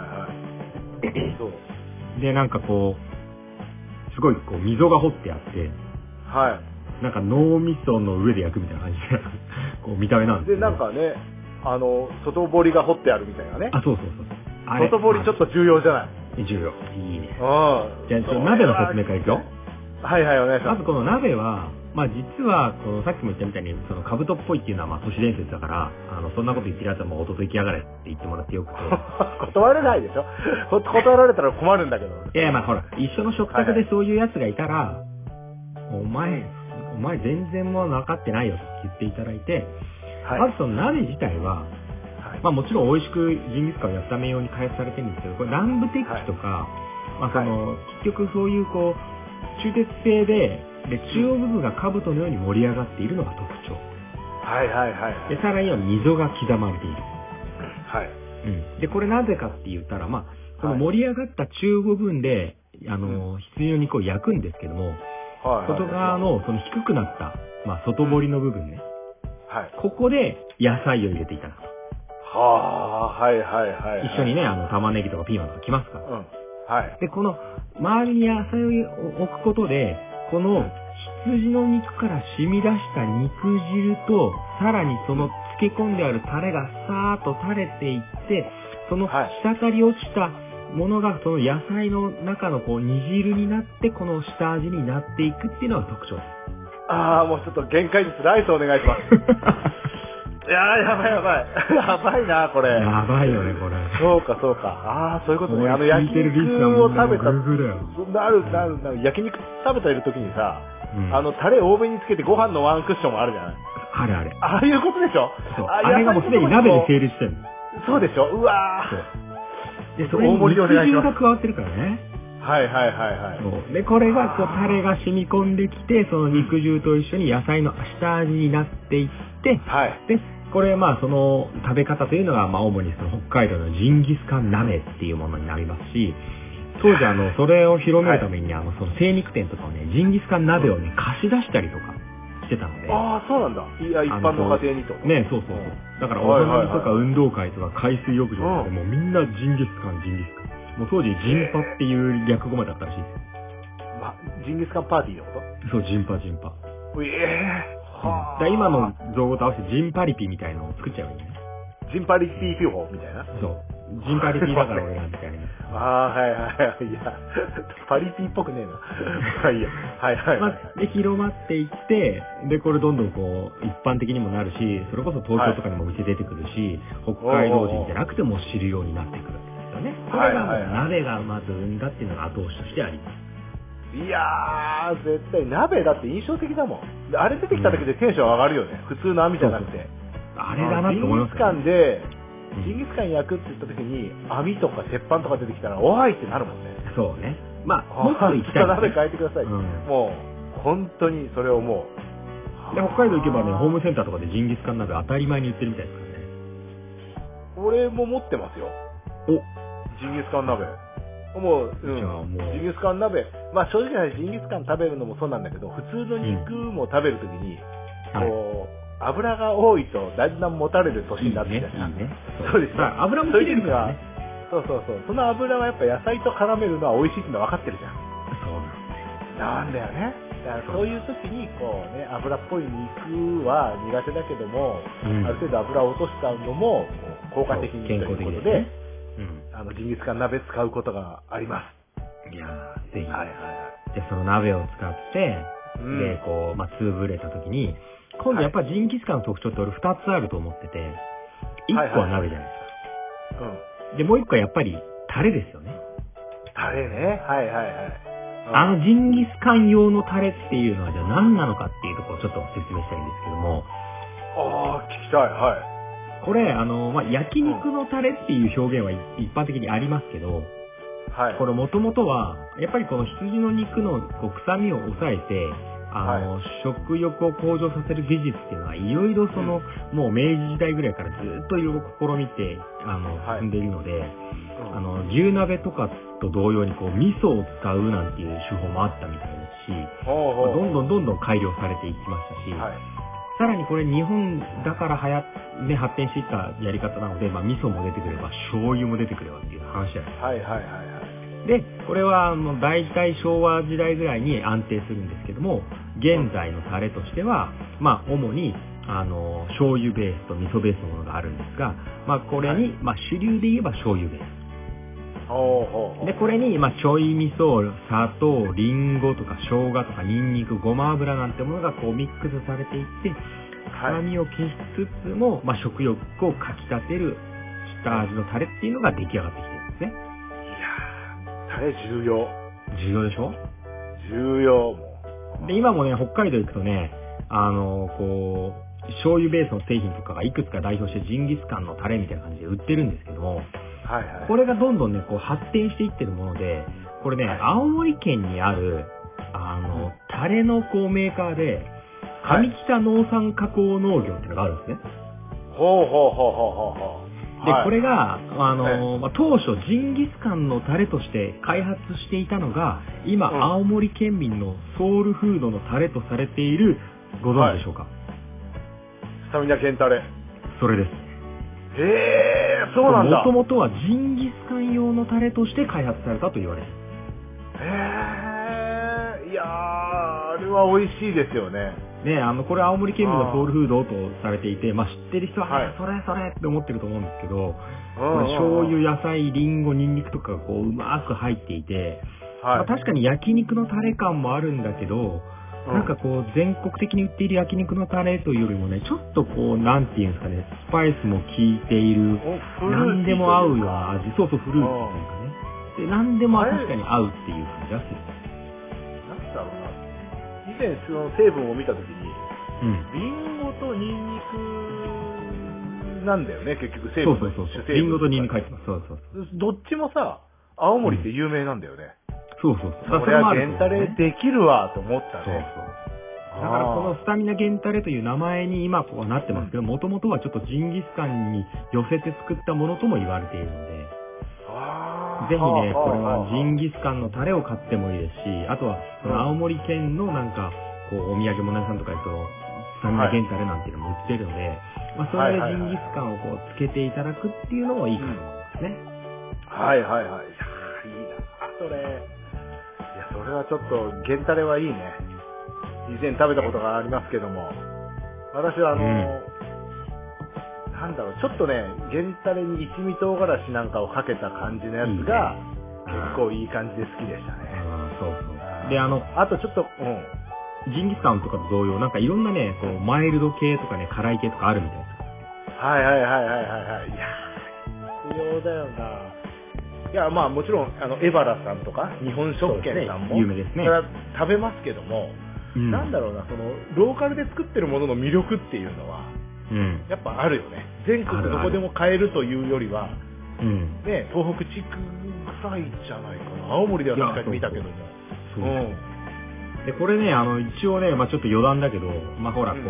そう。 で、なんかこう、すごいこう、溝が掘ってあって、 はい。 なんか脳みその上で焼くみたいな感じで、こう、見た目なんですけど。 で、なんかね、あの、外堀が掘ってあるみたいなね。 あ、そうそうそう。 外堀ちょっと重要じゃない？ 重要。いいね。 うん。 じゃあ、ちょっと鍋の説明からいくよ。 はいはい、お願いします。 まずこの鍋は、まあ実は、このさっきも言ったみたいに、その兜っぽいっていうのはまあ都市伝説だから、あの、そんなこと言ってるやつはもう弟行きやがれって言ってもらってよくて。 断れないでしょ断られたら困るんだけど。 いやいやまあほら、一緒の食卓でそういうやつがいたら、はいはい、お前、お前全然もう分かってないよと言っていただいて、はい、まずその鍋自体は、はい、まあもちろん美味しくジンギスカンを焼くため用に開発されてるんですけど、これ南部鉄器とか、はい、まあその、はい、結局そういうこう、鋳鉄製で、で、中央部分が兜のように盛り上がっているのが特徴。 はいはいはい、はい。 で、さらには溝が刻まれている。 はい。 うん。で、これなぜかって言ったら、まあ、この盛り上がった中央部分で、あの、羊の肉を焼くんですけども、はい、外側のその低くなった、まあ、外堀の部分ね。はい。ここで野菜を入れていただくと。 はあ、はいはいはい、はい。 一緒にね、あの、玉ねぎとかピーマンとか来ますから。 うん。はい。 で、この、周りに野菜を置くことで、この羊の肉から染み出した肉汁と、さらにその漬け込んであるタレがさーっと垂れていって、その滴り落ちたものがその野菜の中のこう煮汁になって、この下味になっていくっていうのが特徴です。 ああ、もうちょっと限界です。ライスお願いします。いやー、やばいやばい。やばいな、これ。 やばいよね、これ。 そうか、そうか。ああ、そういうことね。あの、焼肉を食べた、なる、なる、なる。焼肉食べているときにさ、うん、あの、タレ多めにつけてご飯のワンクッションもあるじゃない？ あれあれ。 ああいうことでしょ？ そう。あれがもうすでに鍋で成立してるの。 そうでしょ？うわー。で、それに肉汁が加わってるからね。 はいはいはいはい。 そう。で、これが、こう、タレが染み込んできて、その肉汁と一緒に野菜の下味になっていって、はい。で、これ、まあ、その食べ方というのが、まあ、主にその北海道のジンギスカン鍋っていうものになりますし、当時、あの、それを広めるために、はい、あの、その精肉店とかをね、ジンギスカン鍋をね、貸し出したりとかしてたので。 ああ、そうなんだ。いや、一般の家庭にと。 ね、そうそうそう。だから、お花見とか運動会とか海水浴場とかでもうみんなジンギスカン、ジンギスカン。もう当時、ジンパっていう略語まであったらしいですよ。 ま、ジンギスカンパーティーのこと？ そう、ジンパ、ジンパ。 ええー。はあ。今の造語と合わせてジンパリピみたいなのを作っちゃうんね。 ジンパリピピ法みたいな？ そう。ジンパリピだから俺らみたいな。 ああ、はいはいはい。いや、パリピっぽくねえな。はい、いや。はいはい、はい。まあ、で、広まっていって、で、これどんどんこう、一般的にもなるし、それこそ東京とかにもお店出てくるし、はい、北海道人じゃなくても知るようになってくるわけですよね。これがもう鍋がまず生んだっていうのが後押しとしてあります。 いやー、絶対鍋だって印象的だもん。あれ出てきただけでテンション上がるよね。普通の網じゃなくて。 あれだなと思いますね。ジンギスカンで、ジンギスカン焼くって言った時に、網とか鉄板とか出てきたら、おーいってなるもんね。 そうね。まあ、もっと行きたい、ね。 鍋変えてください、うん。もう、本当にそれをもう。で、北海道行けばね、ホームセンターとかでジンギスカン鍋当たり前に売ってるみたいですからね。 俺も持ってますよ。おジンギスカン鍋。もう、うん、もうジンギスカン鍋。まあ正直な話、ジンギスカン食べるのもそうなんだけど、普通の肉も食べるときに、うん、こう、はい、油が多いとだんだんもたれる年になってきたじゃん。いいね。そうですよ。 油も切れるからね。 そうそうそう。その油はやっぱ野菜と絡めるのは美味しいっていうのは分かってるじゃん。 そうなんだよ。なんだよね。だからそういう時にこうね、油っぽい肉は苦手だけども、うん、ある程度油を落としたのも効果的にということで、うん、あのジンギスカン鍋使うことがあります。 いやー、ぜひ。 はいはいはい。 で、その鍋を使って、うん、で、こう、まあ、潰れた時に、今度やっぱりジンギスカンの特徴って俺ふたつあると思ってて、いっこは鍋じゃないですか。はいはい、うん。で、もういっこはやっぱりタレですよね。 タレね。はいはいはい。 あのジンギスカン用のタレっていうのはじゃあ何なのかっていうところをちょっと説明したいんですけども。 ああ、聞きたい。はい。 これ、あの、まあ、焼肉のタレっていう表現は一般的にありますけど、はい。これもともとは、やっぱりこの羊の肉のこう臭みを抑えて、 あの、はい、食欲を向上させる技術っていうのは、いろいろその、うん、もう明治時代ぐらいからずっといろいろ試みて、あの、進んでいるので、はい、あの、牛鍋とかと同様に、こう、味噌を使うなんていう手法もあったみたいですし、まあ、どんどんどんどん改良されていきましたし、はい、さらにこれ日本だからはや、ね、発展していったやり方なので、まあ、味噌も出てくれば、醤油も出てくればっていう話じゃないですか。はいはいはいはい。で、これは、あの、大体昭和時代ぐらいに安定するんですけども、現在のタレとしては、まあ、主に、あの、醤油ベースと味噌ベースのものがあるんですが、まあ、これに、はい、まあ、主流で言えば醤油ベース。で、これに、まあ、ちょい味噌、砂糖、リンゴとか生姜とかニンニク、ごま油なんてものがこうミックスされていって、臭みを消しつつも、まあ、食欲をかき立てる下味のタレっていうのが出来上がってきてるんですね。 いやー、タレ重要。 重要でしょ？ 重要。 で、今もね、北海道行くとね、あの、こう、醤油ベースの製品とかがいくつか代表してジンギスカンのタレみたいな感じで売ってるんですけども、はいはい、これがどんどんね、こう発展していってるもので、これね、はい、青森県にある、あの、うん、タレのこうメーカーで、上北農産加工農業っていうのがあるんですね。 ほうほうほうほうほう。 で、はい、これが、あの、まあ、当初ジンギスカンのタレとして開発していたのが、今、うん、青森県民のソウルフードのタレとされている、ご存知でしょうか？はい、 スタミナ健タレ。 それです。 へー、そうなんだ。 もともとはジンギスカン用のタレとして開発されたと言われる。 へー、いやー、あれは美味しいですよね。 ね、あの、これ青森県民のソウルフードとされていて、まあ、知ってる人は、ね、はい、それそれって思ってると思うんですけど、これ醤油、野菜、リンゴ、ニンニクとかがこう、うまく入っていて、はい、まあ、確かに焼肉のタレ感もあるんだけど、なんかこう、全国的に売っている焼肉のタレというよりもね、ちょっとこう、なんていうんですかね、スパイスも効いている、何でも合うような味、そうそう、フルーツというかね。で、何でも確かに合うっていう感じがする。 なんだろうな。以前その成分を見たときに、うん、リンゴとニンニクなんだよね、結局成分。 そうそうそう。リンゴとニンニク入ってます。そうそうそう。 どっちもさ、青森って有名なんだよね。 うん、そうそうそう。 それは源タレできるわと思ったね。そうそう。 だからこのスタミナ源タレという名前に今こうなってますけど、もともとはちょっとジンギスカンに寄せて作ったものとも言われているので、ぜひね、これはジンギスカンのタレを買ってもいいですし、あとはその青森県のなんかこうお土産物屋さんとか行くとスタミナ源タレなんていうのも売ってるので、まあそれでジンギスカンをこうつけていただくっていうのもいいかと思いますね。 はいはいはい。いやいいなそれ。いやそれはちょっと源タレはいいね。以前食べたことがありますけども、私はあの、うん、なんだろう、ちょっとね、源タレに一味唐辛子なんかをかけた感じのやつが、いいね、結構いい感じで好きでしたね。 あそうそう。で、あの、 あとちょっと、 うん。ジンギスカンとかと同様、なんかいろんなね、こう、マイルド系とかね、辛い系とかあるみたいです。 はいはいはいはいはいはい。いやー、必要だよな。いや、まあもちろん、あの、エバラさんとか、日本食券さんも、 有名ですね。 それは食べますけども、うん、なんだろうな、そのローカルで作ってるものの魅力っていうのは、うん、やっぱあるよね。全国どこでも買えるというよりは、うん、ね、東北地区ぐらいじゃないかな。青森では確かに見たけども。そうそうそう、うん、でこれね、あの一応ね、まあちょっと余談だけど、まあほらこう、うん、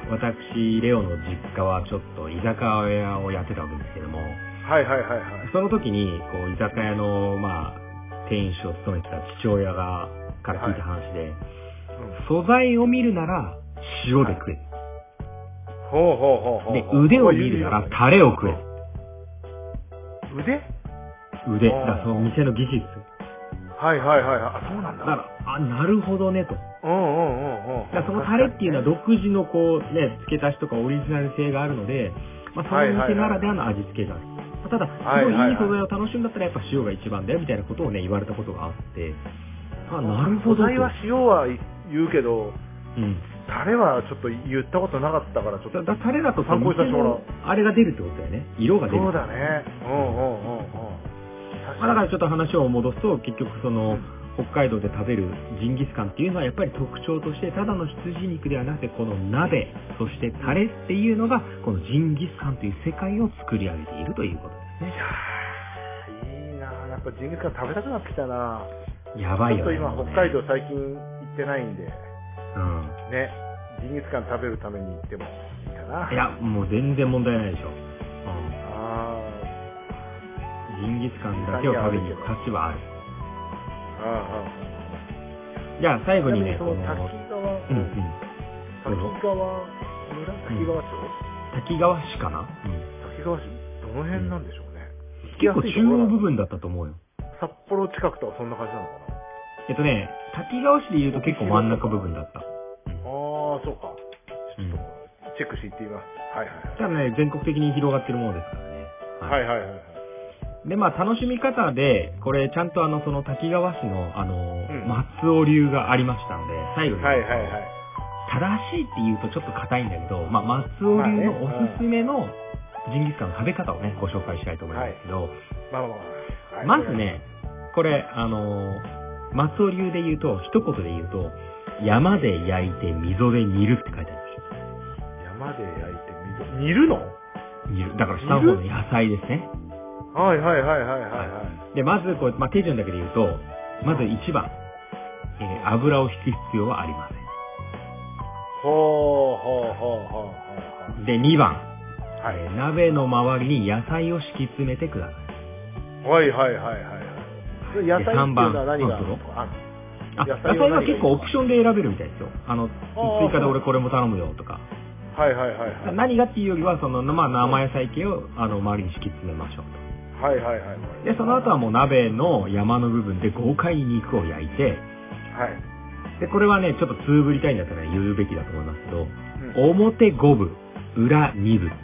私レオの実家はちょっと居酒屋をやってたわけですけども、 はいはいはいはい。 その時にこう居酒屋のまあ店主を務めてた父親がから聞いた話で。はい、素材を見るなら塩で食え。 ほうほうほうほう。 で、腕を見るならタレを食え。 腕？ 腕。だからその店の技術。 はいはいはい。あ、そうなんだ。 だから、あ、なるほどねと。 うんうんうんうん。 だからそのタレっていうのは独自のこうね、付け足しとかオリジナル性があるので、まあその店ならではの味付けがある。ただ、すごいいい素材を楽しむんだったらやっぱ塩が一番だよみたいなことをね、言われたことがあって、あ、なるほど。 素材は塩は言うけど、うん、タレはちょっと言ったことなかったからちょっとだタレだと参考にさせてもらう。あれが出るってことだよね。色が出る。 そうだね。うんうんうんうん。 まあ、だからちょっと話を戻すと結局その、うん、北海道で食べるジンギスカンっていうのはやっぱり特徴としてただの羊肉ではなくてこの鍋そしてタレっていうのがこのジンギスカンという世界を作り上げているということですね。 いやーいいなー。やっぱジンギスカン食べたくなってきたな。 やばいよね。 ちょっと今北海道最近行ってないんで。 うん。ね。ジンギスカン食べるために行ってもいいかな。 いや、もう全然問題ないでしょ。うん。 ああ。ジンギスカンだけを食べに行く価値はある。 ああ。じゃあ最後にね、 この滝川、うんうん。滝川村、滝川町、 うん、滝川市かな、うん、 滝川市、どの辺なんでしょうね。 うん、結構中央部分だったと思うよ。 札幌近くとかそんな感じなのかな。 えっとね、滝川市で言うと結構真ん中部分だった。 ああ、そうか。ちょっと、チェックしていってみます。はいはいはい。 ただね、全国的に広がってるものですからね。 はい、はい、はいはいはい。 で、まあ、楽しみ方で、これ、ちゃんとあの、その滝川市の、あの、うん、松尾流がありましたので、最後に、 はいはいはい。 正しいって言うとちょっと硬いんだけど、まあ、松尾流のおすすめのジンギスカンの食べ方をね、ご紹介したいと思いますけど、はい、まあまあまあ、まずね、これ、あの、松尾流で言うと、一言で言うと、山で焼いて溝で煮るって書いてあるんですよ。 山で焼いて溝、煮るの？ 煮る。だから下の方の野菜ですね。 はいはいはいはいはい、はい。 で、まず、こう、まあ、手順だけで言うと、まず一番、えー、油を引く必要はありません。 ほうほうほうほうほう。 で、にばん、はい、えー、鍋の周りに野菜を敷き詰めてください。 はいはいはいはい。野菜っていうのは何があるの？ あ、野菜は結構オプションで選べるみたいですよ。あの、追加で俺これも頼むよとか。 はいはいはい、はい。 何がっていうよりは、その、まあ、生野菜系を、あの、周りに敷き詰めましょうと。はいはいはい。 で、その後はもう鍋の山の部分で豪快に肉を焼いて、 はい。 で、これはね、ちょっとつぶりたいんだったら言うべきだと思いますけど、うん、表ごぶ、裏にぶ。ん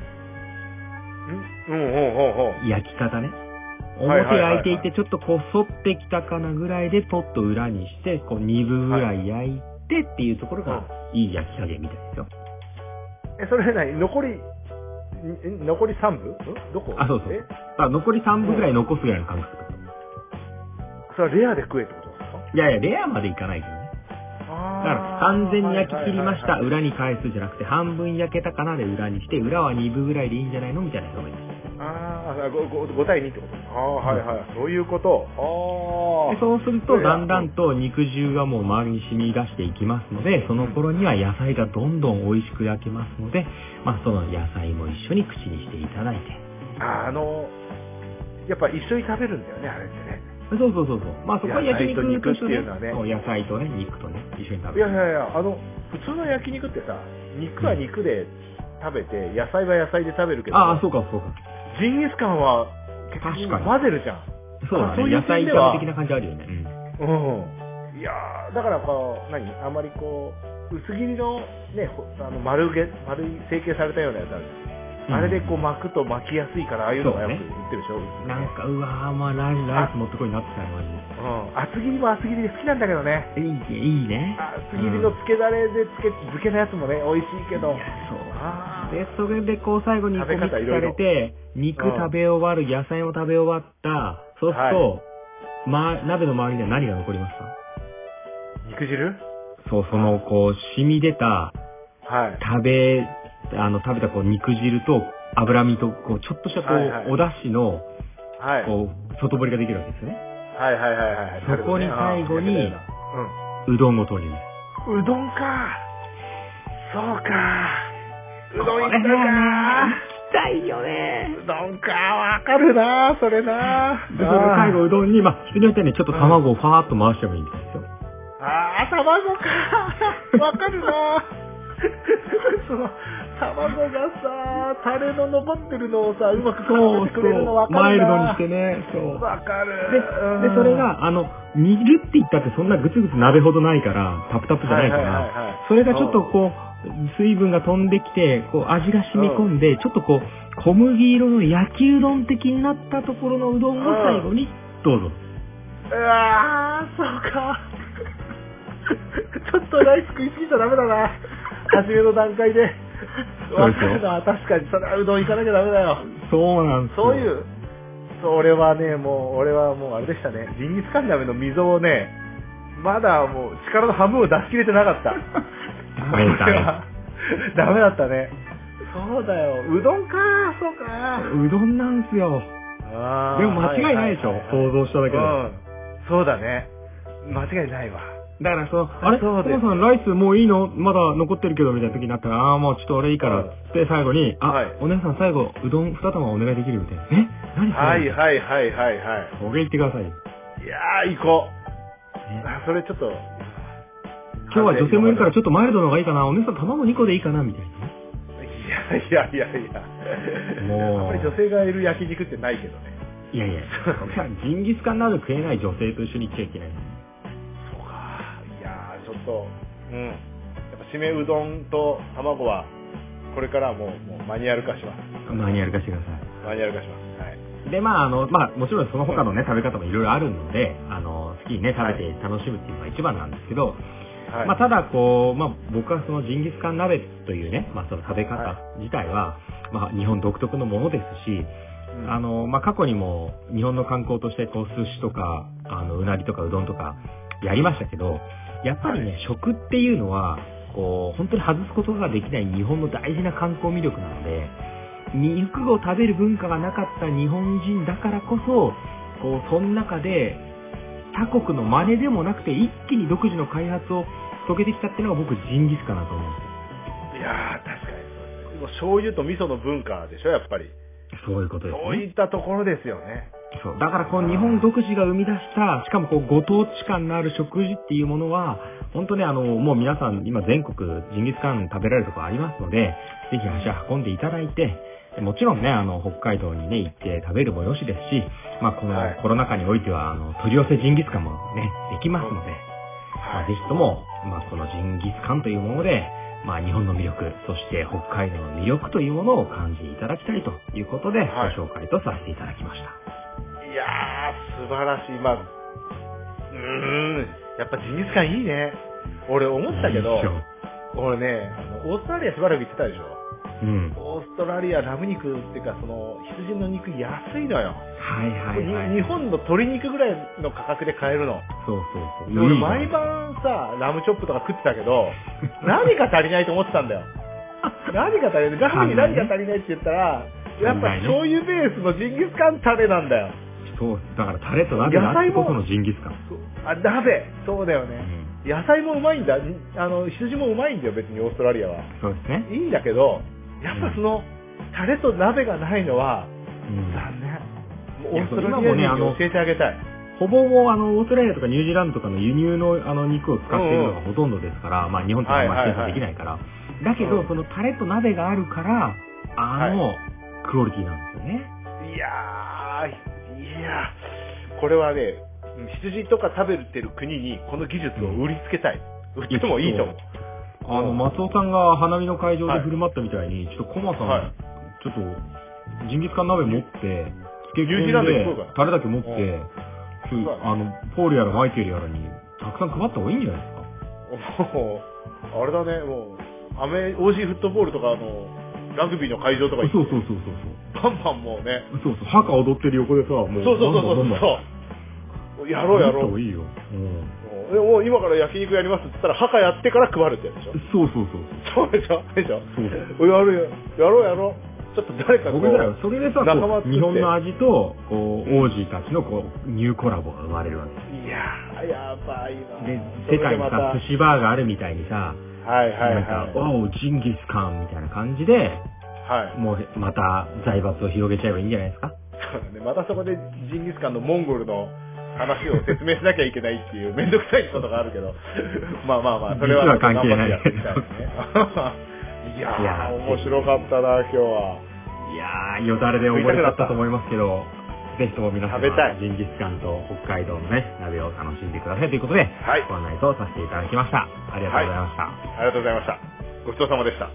うん、うん、うん、うん。 焼き方ね。表焼いていて、ちょっとこう、反ってきたかなぐらいで、ポッと裏にして、こう、にぶぐらい焼いてっていうところが、いい焼き加減みたいですよ。 え、それ何？残り、残りさんぶ？どこ？ あ、そうそう。あ、残りさんぶぐらい残すぐらいの感覚。 それはレアで食えってことですか？ いやいや、レアまでいかないけどね。だから完全に焼き切りました、裏に返すじゃなくて、半分焼けたかなで裏にして、裏はにぶぐらいでいいんじゃないのみたいな表現です。 ああ、ごたいにってこと？ああ、はいはい。そういうこと。ああ。そうすると、だんだんと肉汁がもう周りに染み出していきますので、その頃には野菜がどんどん美味しく焼けますので、まあその野菜も一緒に口にしていただいて。 あ、あの、やっぱ一緒に食べるんだよね、あれってね。 そうそうそうそう。まあそこは焼肉としてね、 ね、 野菜とね、肉とね、一緒に食べる。 いやいやいや、あの、普通の焼肉ってさ、肉は肉で食べて、野菜は野菜で食べるけど。 ああ、そうかそうか。 ジンギスカンは、 確かに。 混ぜるじゃん。 そうだね。そういう野菜炒め的な感じあるよね。 うん。うん。いやー、だからこう、何あまりこう、薄切りのね、あの丸げ、丸い成形されたようなやつあるじゃん。あれでこう巻くと巻きやすいから、ああいうのがよく売ってるでしょ、ね、 なんか、うわー、まあライス、ライス持ってこいになってたよ、マジで。 うん。厚切りも厚切りで好きなんだけどね。 いいね、いいね。 厚切りの漬けだれで漬け、漬けのやつもね、美味しいけど。 いや、そう。で、それでこう最後にこうミックスされて、肉食べ終わる、野菜も食べ終わった、そうすると、はい、ま、鍋の周りには何が残りますか？ 肉汁？ そう、その、こう、染み出た、 はい。 食べ、あの、食べたこう肉汁と脂身と、こう、ちょっとしたこう、はいはい、お出汁の、はい、こう、外堀ができるわけですよね。 はいはいはいはい。 そこに最後に、うん、うどんを投入。 うどんか。そうか。うどん行ったか。 行きたいよね。 うどんか、わかるな、それな。 で、それ最後うどんに、まあ、人によってね、ちょっと卵をファーっと回してもいいんですよ。 あー、卵か。わかるな。その、卵がさ、タレの残ってるのをさ、うまく絡めてくれるのわかるな。 マイルドにしてね、そう。 わかる。 で、で、それが、あの、煮るって言ったってそんなグツグツ鍋ほどないから、タプタプじゃないから、それがちょっとこう、水分が飛んできて、こう味が染み込んで、ちょっとこう、小麦色の焼きうどん的になったところのうどんを最後に、どうぞ。 うわー、そうか。ちょっとライス食いすぎちゃダメだな。初めの段階で。わかるな、確かに。それはうどん行かなきゃダメだよ。 そうなんですよ。 そういう、それはね、もう、俺はもうあれでしたね。ジンギスカン鍋の溝をね、まだもう力の半分を出し切れてなかった。 ダメだね。 ダメだったね。そうだよ。うどんか、そうか。 うどんなんすよ。あでも間違いないでしょ、はいはいはいはい、想像しただけで、うん。 そうだね。間違いないわ。 だからその、あれ、コマさんライスもういいのまだ残ってるけどみたいな時になったら、ああ、もうちょっと俺いいからって最後に、あ、はい、お姉さん最後、うどん二玉お願いできるみたいな。え何それはいはいはいはいはい。 それ言ってください。いやー、行こう。あ、それちょっと。 今日は女性もいるからちょっとマイルドの方がいいかな。お姉さん卵にこでいいかなみたいな。 いやいやいやいや。もう。あんまり女性がいる焼肉ってないけどね。 いやいや、ジンギスカンなど食えない女性と一緒に行っちゃいけない。 そうか。いやー、ちょっと、うん。やっぱ締めうどんと卵は、これからはもう、もうマニュアル化します。 マニュアル化してください。 マニュアル化します。はい。 で、まあ、あの、まあ、もちろんその他のね、食べ方もいろいろあるので、あの、好きにね、食べて楽しむっていうのが一番なんですけど、はい、まあ、ただ、こう、まあ、僕はそのジンギスカン鍋というね、まあ、その食べ方自体は、はい、まあ、日本独特のものですし、うん、あの、まあ、過去にも日本の観光として、こう、寿司とか、あの、うなぎとかうどんとかやりましたけど、やっぱりね、はい、食っていうのは、こう、本当に外すことができない日本の大事な観光魅力なので、肉を食べる文化がなかった日本人だからこそ、こう、その中で、他国の真似でもなくて、一気に独自の開発を遂げてきたっていうのが僕、ジンギスカンだと思うんですよ。 いやー、確かに。でも醤油と味噌の文化でしょ、やっぱり。 そういうことですね。 そういったところですよね。 そう。だからこう日本独自が生み出した、しかもこうご当地感のある食事っていうものは、本当にあの、もう皆さん今全国ジンギスカン食べられるところありますので、ぜひ足を運んでいただいて、もちろんね、あの、北海道にね、行って食べるもよしですし、まあこのコロナ禍においては、あの、取り寄せジンギスカンもね、できますので、まあ、ぜひとも、まあこのジンギスカンというもので、まあ日本の魅力、そして北海道の魅力というものを感じていただきたいということで、はい、ご紹介とさせていただきました。 いやー、素晴らしい。まあ、うーん、やっぱジンギスカンいいね。俺思ったけど、俺ね、あの、オーストラリアしばらく行ってたでしょ。うん、オーストラリアラム肉っていうか、その、羊の肉安いのよ。 はいはいはい。 日本の鶏肉ぐらいの価格で買えるの。 そうそうそう。 俺毎晩さ、ラムチョップとか食ってたけど、何が足りないと思ってたんだよ。何が足りないガムに何が足りないって言ったら、やっぱ醤油ベースのジンギスカンタレなんだよ。 そう、だからタレと鍋があってこそのジンギスカン。 あ、鍋そうだよね。うん、野菜もうまいんだ。あの、羊もうまいんだよ、別にオーストラリアは。 そうですね。 いいんだけど、やっぱその、タレと鍋がないのは、うん、残念。オーストラリア人に教えてあげたい。 ほぼもあの、オーストラリアとかニュージーランドとかの輸入のあの肉を使っているのがほとんどですから、うんうん、まあ日本ってあんまり生産できないから。だけど、うん、そのタレと鍋があるから、あの、はい、クオリティなんですよね。 いやー、いやー、これはね、羊とか食べてる国にこの技術を売りつけたい。うん、売ってもいいと思う。 あの、松尾さんが花見の会場で振る舞ったみたいに、はい、ちょっとコマさん、はい、ちょっと、ジンギスカン鍋持って、 ニュージーランド行こうか。 タレだけ持って、あの、ポールやらマイケルやらに、たくさん配った方がいいんじゃないですか。 もう、あれだね、もう、アメ、オージーフットボールとか、あの、ラグビーの会場とか行って。 そうそうそうそう。バンバンもうね。 そうそう、ハカ踊ってる横でさ、もう。 そうそうそうそうそう。やろうやろう。 やった方がいいよ。 うん。もう今から焼肉やりますって言ったら、ハカやってから配るってやつでしょ。 そうそうそう。 そうでしょでしょそう。やるよ。やろうやろう。ちょっと誰かこう僕らそれでさ、日本の味とこう王子たちのこうニューコラボが生まれるわけです。 いやー、やばいな。 で、世界にさ、寿司バーがあるみたいにさ、 はいはいはい。 なんか、おー、ジンギスカンみたいな感じで、はい。もうまた財閥を広げちゃえばいいんじゃないですか。 そうだね。またそこでジンギスカンのモンゴルの話を説明しなきゃいけないっていうめんどくさいことがあるけど、まあまあまあ、それは実は関係ない。 いやー、面白かったな、今日は。 いやー、よだれで溺れちゃったと思いますけど、ぜひとも皆さん、 ジンギスカンと北海道のね、鍋を楽しんでくださいということで、はい、ご案内とさせていただきました。ありがとうございました。はい、 ありがとうございました。ごちそうさまでした。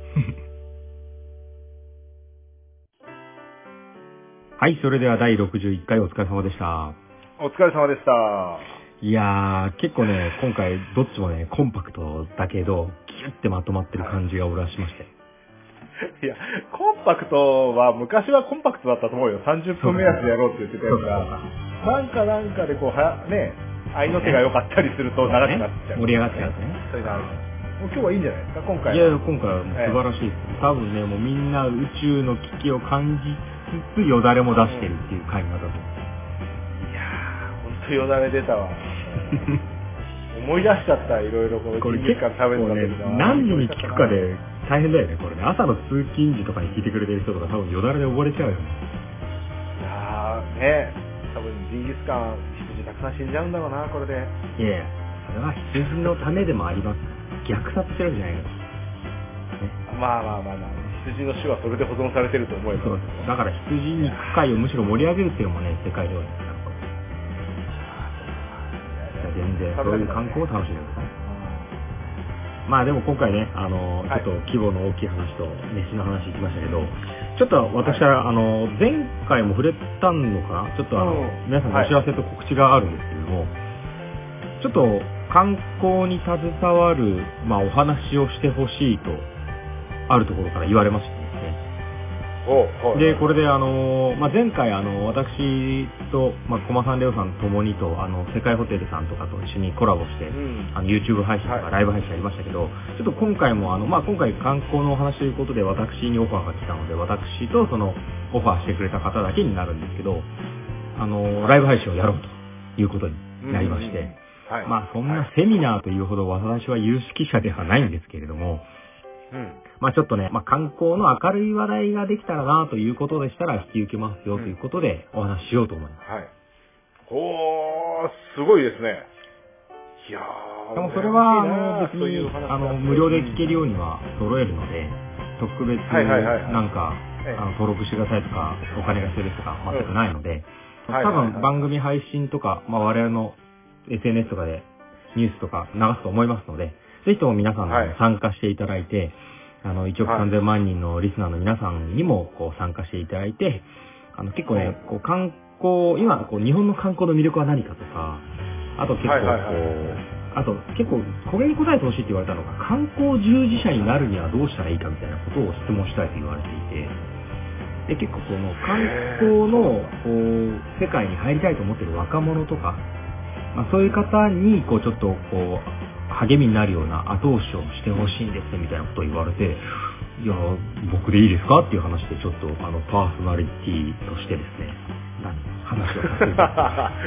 はい、それではだいろくじゅういっかいお疲れ様でした。 お疲れ様でした。 いやー、結構ね、今回どっちもね、コンパクトだけど、ギュッてまとまってる感じが俺はしまして。 いや、コンパクトは昔はコンパクトだったと思うよ。さんじゅっぷん目安でやろうって言ってたやつが。なんかなんかでこう、はね、合いの手が良かったりすると長くなっちゃう、ね。 盛り上がっちゃうね。 そういうのある。もう今日はいいんじゃないですか、今回は。 いやいや、今回はもう素晴らしいです。ええ、多分ね、もうみんな宇宙の危機を感じつつ、よだれも出してるっていう回になったと思う。 いやー、ほんとよだれ出たわ。 思い出しちゃった、いろいろこう、ジンギスカン食べてた時の。 何時に聞くかで大変だよね、これね。朝の通勤時とかに聞いてくれてる人とか多分よだれで溺れちゃうよね。 いやー、ね、多分ジンギスカン、羊たくさん死んじゃうんだろうな、これで。 いやいや、それは羊のためでもあります。虐殺してるわけじゃないの。ね、 まあまあまあまあ、羊の種はそれで保存されてると思えば。 そうです。だから羊肉界をむしろ盛り上げるっていうのもね、世界ではですから。全然そういう観光を楽しんでください。まあでも今回ね、あの、ちょっと規模の大きい話と飯の話いきましたけど、ちょっと私は、あの、前回も触れたのかな、ちょっとあの、皆さんのお知らせと告知があるんですけれども、ちょっと観光に携わる、まあお話をしてほしいと、あるところから言われましてですね。で、これであの、まあ、前回あの、私と、まあ、コマさん、レオさんともにと、あの、世界ホテルさんとかと一緒にコラボして、うん、あの、YouTube 配信とかライブ配信やりましたけど、はい、ちょっと今回もあの、まあ、今回観光のお話ということで私にオファーが来たので、私とその、オファーしてくれた方だけになるんですけど、あの、ライブ配信をやろうということになりまして、うんはい、まあ、そんなセミナーというほど私は有識者ではないんですけれども、うん、まあちょっとね、まあ観光の明るい話題ができたらなということでしたら引き受けますよということでお話ししようと思います。 はい。おー、すごいですね。いやー。 でもそれは、あの、別に、あの、無料で聞けるようには揃えるので、特別、なんか、あの、登録してくださいとか、お金が必要ですとか、全くないので、多分番組配信とか、まあ我々の エスエヌエス とかでニュースとか流すと思いますので、ぜひとも皆さんも参加していただいて、はい、あの、いちおくさんぜんまん人のリスナーの皆さんにも、こう、参加していただいて、あの、結構ね、こう、観光、今、こう、日本の観光の魅力は何かとか、あと結構、こう、あと、結構、これに答えてほしいって言われたのが、観光従事者になるにはどうしたらいいかみたいなことを質問したいと言われていて、で、結構この、観光の、こう、世界に入りたいと思っている若者とか、まあ、そういう方に、こう、ちょっと、こう、励みになるような後押しをしてほしいんですみたいなことを言われて、いや、僕でいいですかっていう話でちょっとあのパーソナリティとしてですね、何話をさせていただきました。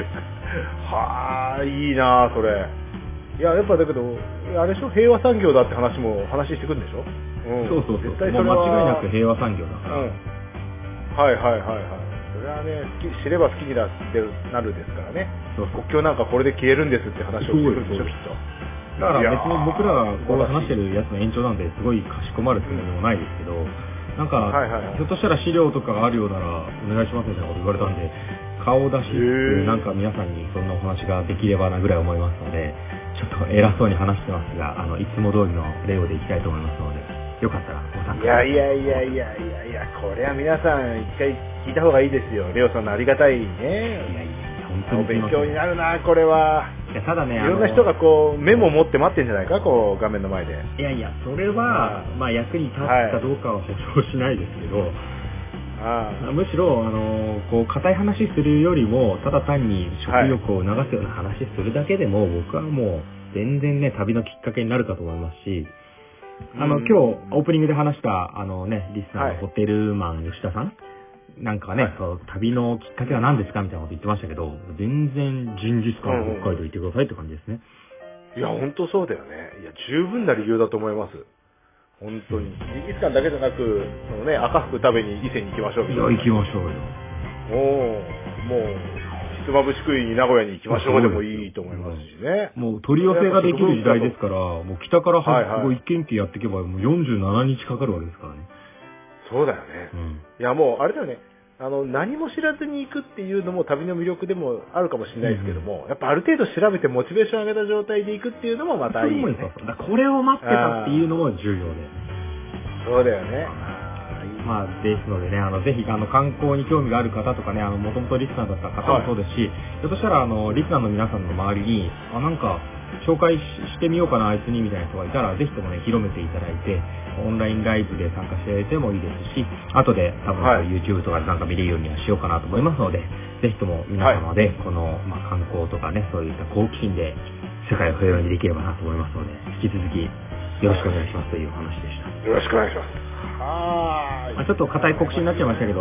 はあ、いいなそれ。いや、やっぱだけど、あれでしょ、平和産業だって話も話してくるんでしょ、 うん、そうそうそう。絶対それはもう間違いなく平和産業だから。うん、 はいはいはいはい。それはね、好き知れば好きになるですからね。そうそう、国境なんかこれで消えるんですって話をしてくるんでしょ、きっと。 だから別に僕らがこう話してるやつの延長なんですごいかしこまるつもりもないですけど、なんか、ひょっとしたら資料とかがあるようならお願いしますみたいなこと言われたんで、顔出しってなんか皆さんにそんなお話ができればなぐらい思いますので、ちょっと偉そうに話してますが、あの、いつも通りのレオでいきたいと思いますので、よかったらご参加ください。 いやいやいやいやいやいや、これは皆さん一回聞いた方がいいですよ。レオさんのありがたいね。いやいや。お勉強になるな、これは。 いや、ただね、 いろんな人がこう、メモを持って待ってんじゃないか、こう、画面の前で。 いやいや、それは、まあ、役に立つかどうかは保証しないですけど、ああむしろ、あの、こう、硬い話するよりも、ただ単に食欲を促すような話するだけでも、はい、僕はもう、全然ね、旅のきっかけになるかと思いますし、あの、今日、オープニングで話した、あのね、リスナーのホテルマン吉田さん、なんかね、はい、そう旅のきっかけは何ですかみたいなこと言ってましたけど、全然ジンギスカン北海道行ってくださいって感じですね。 いや、本当そうだよね。いや、十分な理由だと思います。本当に。ジンギスカンだけじゃなく、そのね、赤福食べに伊勢に行きましょうみたいな。 いや、行きましょうよ。 おー、もう、ひつまぶし食いに名古屋に行きましょうでもいいと思いますしね。 もう取り寄せができる時代ですから、もう北からはここ一軒一軒やっていけば、もうよんじゅうななにちかかるわけですからね。 そうだよね。うん、いや、もう、あれだよね。あの、何も知らずに行くっていうのも旅の魅力でもあるかもしれないですけども、うん、やっぱある程度調べてモチベーション上げた状態で行くっていうのもまたいいよね。そうそうそう。だこれを待ってたっていうのも重要で。 そうだよね。 まあ、ですのでね、あの、ぜひ、あの、観光に興味がある方とかね、あの、もともとリスナーだった方もそうですし、はい、ひょっとしたら、あの、リスナーの皆さんの周りに、あ、なんか、紹介してみようかな、あいつに、みたいな人がいたら、ぜひともね、広めていただいて、オンラインライブで参加していただいてもいいですし、後で多分、はい、YouTube とかでなんか見れるようにはしようかなと思いますので、ぜひとも皆様で、この、まあ、観光とかね、そういった好奇心で、世界を平和にできればなと思いますので、引き続き、よろしくお願いしますというお話でした。 よろしくお願いします。はーい。 まあ、ちょっと硬い告知になっちゃいましたけど、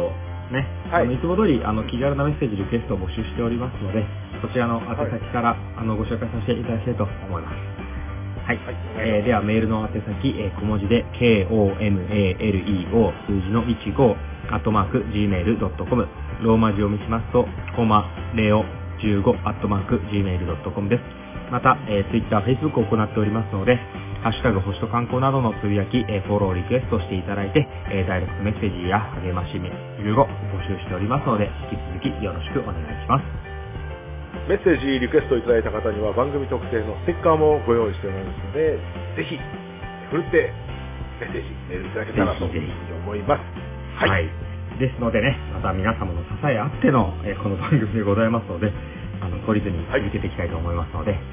ね。はい。あの、いつも通り、あの、気軽なメッセージ、リクエストを募集しておりますので、そちらの宛先から、はい、あの、ご紹介させていただきたいと思います。はい。はい、えー、では、メールの宛先、えー、小文字で、ケーオーエムエーエルイーオー 数字のじゅうご、アットマーク、ジーメールドットコム。ローマ字を見しますと、コマ、レオ、じゅうご、アットマーク、ジーメールドットコム です。また、えー、Twitter、Facebook を行っておりますので、ハッシュタグ、星と観光などのつぶやき、えー、フォロー、リクエストしていただいて、えー、ダイレクトメッセージや励ましメールを募集しておりますので、引き続きよろしくお願いします。 メッセージ、リクエストいただいた方には番組特製のステッカーもご用意しておりますので、ぜひ、ふるってメッセージ、メールいただけたらと思います。 はい。はい、ですのでね、また皆様の支えあっての、えー、この番組でございますので、あの、懲りずに続けていきたいと思いますので、はい、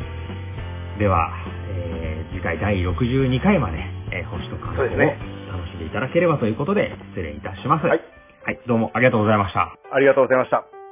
では、えー、次回だいろくじゅうにかいまで、えー、星と観光を楽しんでいただければということで、失礼いたします。はい。はい、どうもありがとうございました。 ありがとうございました。